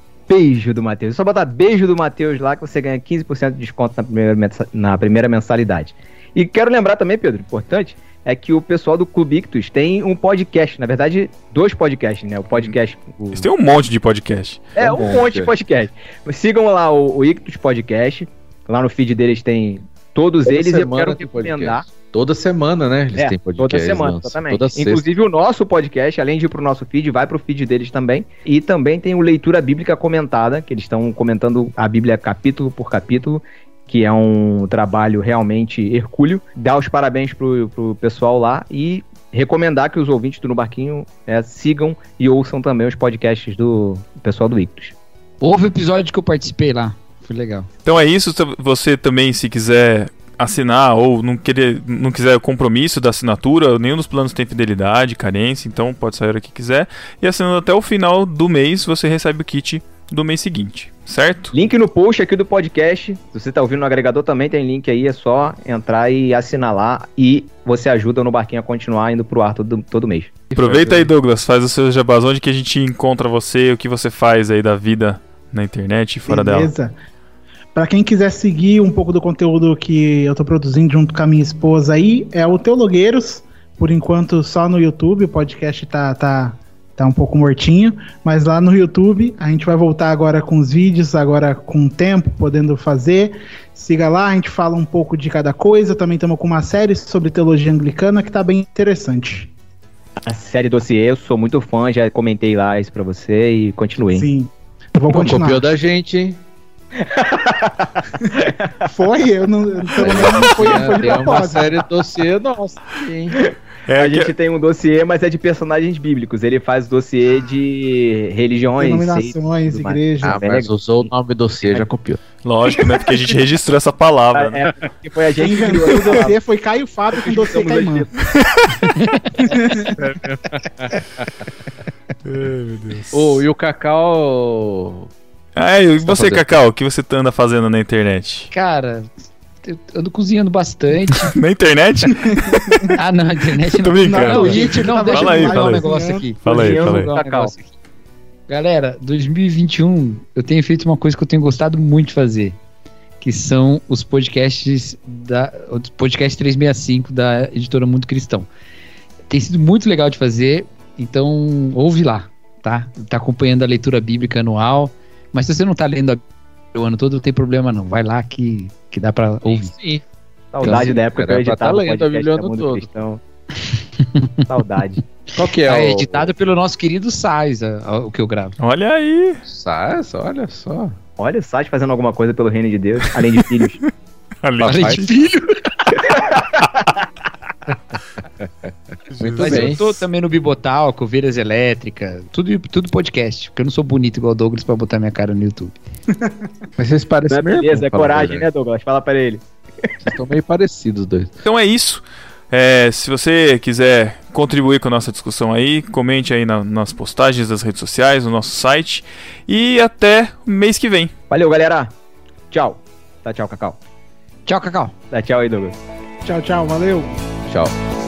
beijo do Matheus. É só botar beijo do Matheus lá que você ganha quinze por cento de desconto na primeira, na primeira mensalidade. E quero lembrar também, Pedro, importante, é que o pessoal do Clube Ictus tem um podcast, na verdade, dois podcasts, né? O podcast... O... Eles têm um monte de podcast. É, um, um monte de podcast. Sigam lá o, o Ictus Podcast, lá no feed deles tem todos toda eles, e eu quero recomendar... Toda semana, né? Eles é, têm podcast. Toda semana, lança, exatamente. Toda Inclusive o nosso podcast, além de ir pro nosso feed, vai pro feed deles também. E também tem o Leitura Bíblica Comentada, que eles estão comentando a Bíblia capítulo por capítulo, que é um trabalho realmente hercúleo. Dá os parabéns pro, pro pessoal lá e recomendar que os ouvintes do No Barquinho é, sigam e ouçam também os podcasts do pessoal do Ictus. Houve o episódio que eu participei lá, foi legal. Então é isso, você também, se quiser assinar ou não, querer, não quiser o compromisso da assinatura, nenhum dos planos tem fidelidade, carência, então pode sair a hora que quiser. E assinando até o final do mês, você recebe o kit do mês seguinte, certo? Link no post aqui do podcast. Se você está ouvindo no agregador, também tem link aí, é só entrar e assinar lá e você ajuda o No Barquinho a continuar indo pro ar todo, todo mês. Aproveita aí, Douglas, faz o seu jabazão de que a gente encontra você, o que você faz aí da vida na internet e fora Beleza. dela. Para quem quiser seguir um pouco do conteúdo que eu tô produzindo junto com a minha esposa aí, é o Teologueiros, por enquanto só no YouTube, o podcast tá, tá, tá um pouco mortinho, mas lá no YouTube a gente vai voltar agora com os vídeos, agora com tempo, podendo fazer. Siga lá, a gente fala um pouco de cada coisa, também estamos com uma série sobre teologia anglicana que tá bem interessante. A série Dossiê, eu sou muito fã, já comentei lá isso pra você e continuei. Sim, eu vou Pô, continuar. copiou da gente, hein? Foi? Eu não, eu, pelo menos não foi, foi de Tem uma propósito. série dossiê nossa. Sim. É, a que- gente tem um dossiê, mas é de personagens bíblicos. Ele faz dossiê de religiões, seitas, Denominações, tudo mais. igrejas. Ah, bem mas legal. usou o nome dossiê, já copiou. Lógico, né? Porque a gente registrou essa palavra, né? É, porque foi a Quem gente que inventou criou o essa palavra. dossiê foi Caio Fábio com dossiê Estamos Caimã. Ai, meu Deus. Ô, e o Cacau... Ah, e tá você, fazendo? Cacau, o que você anda fazendo na internet? Cara, eu ando cozinhando bastante. Na internet? Ah, não, a internet Tô não. brincando. Não, gente, não, Fala deixa aí, eu falar fala um aí. negócio aqui. Fala aí, Cozinhando fala aí. com Um Cacau. negócio aqui. Galera, dois mil e vinte e um eu tenho feito uma coisa que eu tenho gostado muito de fazer, que são os podcasts da os podcasts trezentos e sessenta e cinco da editora Mundo Cristão. Tem sido muito legal de fazer, então ouve lá, tá? Tá acompanhando a leitura bíblica anual, mas se você não tá lendo a o ano todo, não tem problema não. Vai lá que, que dá pra ouvir. Sim. Saudade da época que eu Era pra tá editava o lendo a podcast Bíblia da no Mundo todo. Cristão. Saudade. Qual que é, É, o... editado pelo nosso querido Sais, a- a- o que eu gravo. Olha aí. Sais, olha só. Olha o site fazendo alguma coisa pelo reino de Deus, além de filhos. Ali. Papai. Além de filho. Muito Mas bem. eu tô também no Bibotalco, Ovelhas Elétricas, tudo, tudo podcast, porque eu não sou bonito igual o Douglas pra botar minha cara no YouTube. Mas vocês Não parecem é mesmo, beleza, é fala a coragem, verdade. né, Douglas? Fala pra ele. Vocês estão meio parecidos os dois. Então é isso. É, se você quiser contribuir com a nossa discussão aí, comente aí na- nas postagens das redes sociais, no nosso site. E até mês que vem. Valeu, galera. Tchau. Dá tchau, Cacau. Tchau, Cacau. Dá tchau aí, Douglas. Tchau, tchau, valeu. Tchau.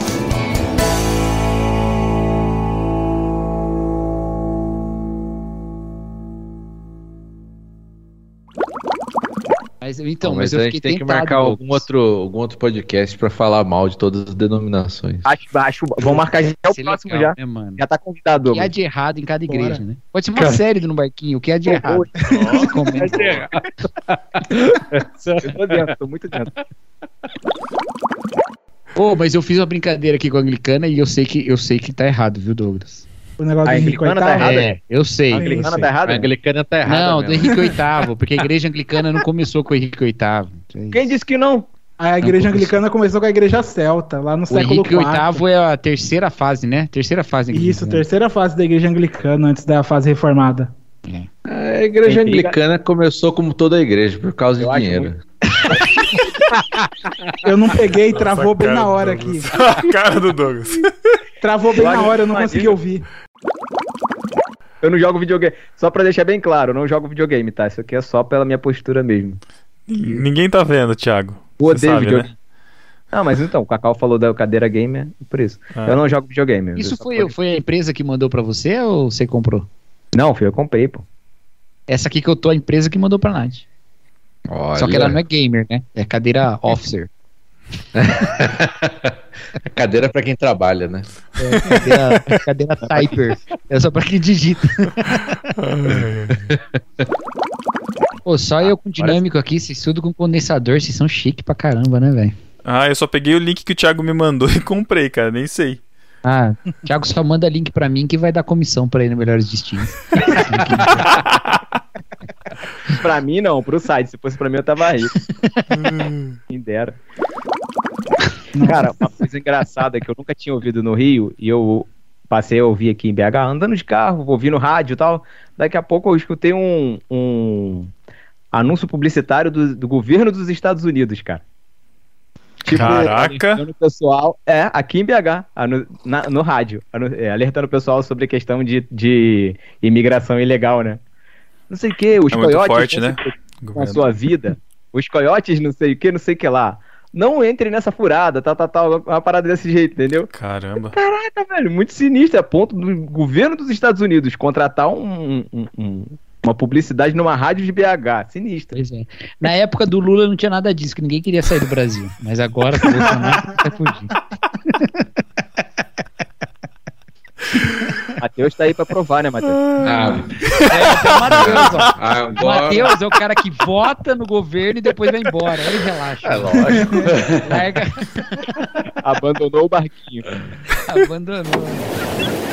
Mas, então, Bom, mas, mas, eu a fiquei gente tem que tentado, marcar Douglas. algum outro, algum outro podcast pra falar mal de todas as denominações. Acho, acho, vamos marcar já Vai o ser próximo legal, já. né, mano? Já tá convidado, O que há Douglas. de errado em cada igreja, Bora. né? Pode ser uma Cara. série do No Barquinho, o que há de errado. Comenta. Eu tô dentro, tô muito dentro. Pô, mas eu fiz uma brincadeira aqui com a Anglicana e eu sei que, eu sei que tá errado, viu, Douglas? O negócio A do Henrique Anglicana tá Oitavo. errada? É, eu sei. A Sim. anglicana sei. tá errada? A anglicana tá errada Não, do mesmo. Henrique oitavo, porque a igreja anglicana não começou com o Henrique oitavo. É isso. Quem disse que não? A igreja anglicana começou com a igreja celta, lá no O século Henrique quarto. oitavo é a terceira fase, né? Terceira fase. Isso, né? terceira fase da igreja anglicana, antes da fase reformada. A igreja Quem fica- anglicana começou como toda a igreja, por causa Eu de acho dinheiro. Eu não peguei e travou bem Cara na do hora aqui. Douglas. A cara do Douglas. Travou bem Eu na acho hora, eu não que consegui imagina. ouvir. Eu não jogo videogame. Só pra deixar bem claro, eu não jogo videogame, tá? Isso aqui é só pela minha postura mesmo. Ninguém tá vendo, Thiago. Eu Você odeio sabe, videogame. né? Ah, mas então, o Cacau falou da cadeira gamer, é por isso. Ah. Eu não jogo videogame. Isso eu só foi, pode- foi a empresa que mandou pra você ou você comprou? Não, filho, eu comprei, pô. Essa aqui que eu tô, a empresa que mandou pra Nath. Olha. Só que ela não é gamer, né? É cadeira officer. Cadeira pra quem trabalha, né? É cadeira, cadeira typer. É só pra quem digita. Pô, só eu com dinâmico aqui, vocês tudo com condensador, vocês são chique pra caramba, né, velho? Ah, eu só peguei o link que o Thiago me mandou e comprei, cara. Nem sei. Ah, Thiago só manda link pra mim que vai dar comissão pra ele no Melhores Destinos. Pra mim, não, pro site. Se fosse pra mim, eu tava rico. Quem dera. Cara, uma coisa engraçada que eu nunca tinha ouvido no Rio, e eu passei a ouvir aqui em B H, andando de carro, ouvindo rádio e tal. Daqui a pouco eu escutei um, um anúncio publicitário do, do governo dos Estados Unidos, cara. Caraca. Alertando o pessoal, é, aqui em B H, anu- na- no rádio, anu- é, alertando o pessoal sobre a questão de, de imigração ilegal, né? Não sei o que, os É muito coiotes forte, vão né? se com a sua vida, os coiotes não sei o que, não sei o que lá. Não entre nessa furada, tal, tal, tal, uma parada desse jeito, entendeu? Caramba. Caraca, velho, muito sinistro, a ponto do governo dos Estados Unidos contratar um, um- um- uma publicidade numa rádio de B H, sinistro. Pois é. Na época do Lula não tinha nada disso, que ninguém queria sair do Brasil. Mas agora com o Bolsonaro vai fugir. Matheus tá aí pra provar, né, Matheus? Ah, É, o Matheus, ó. O agora. Matheus é o cara que vota no governo e depois vai embora. Ele relaxa. É lógico. Larga, Abandonou o barquinho. abandonou.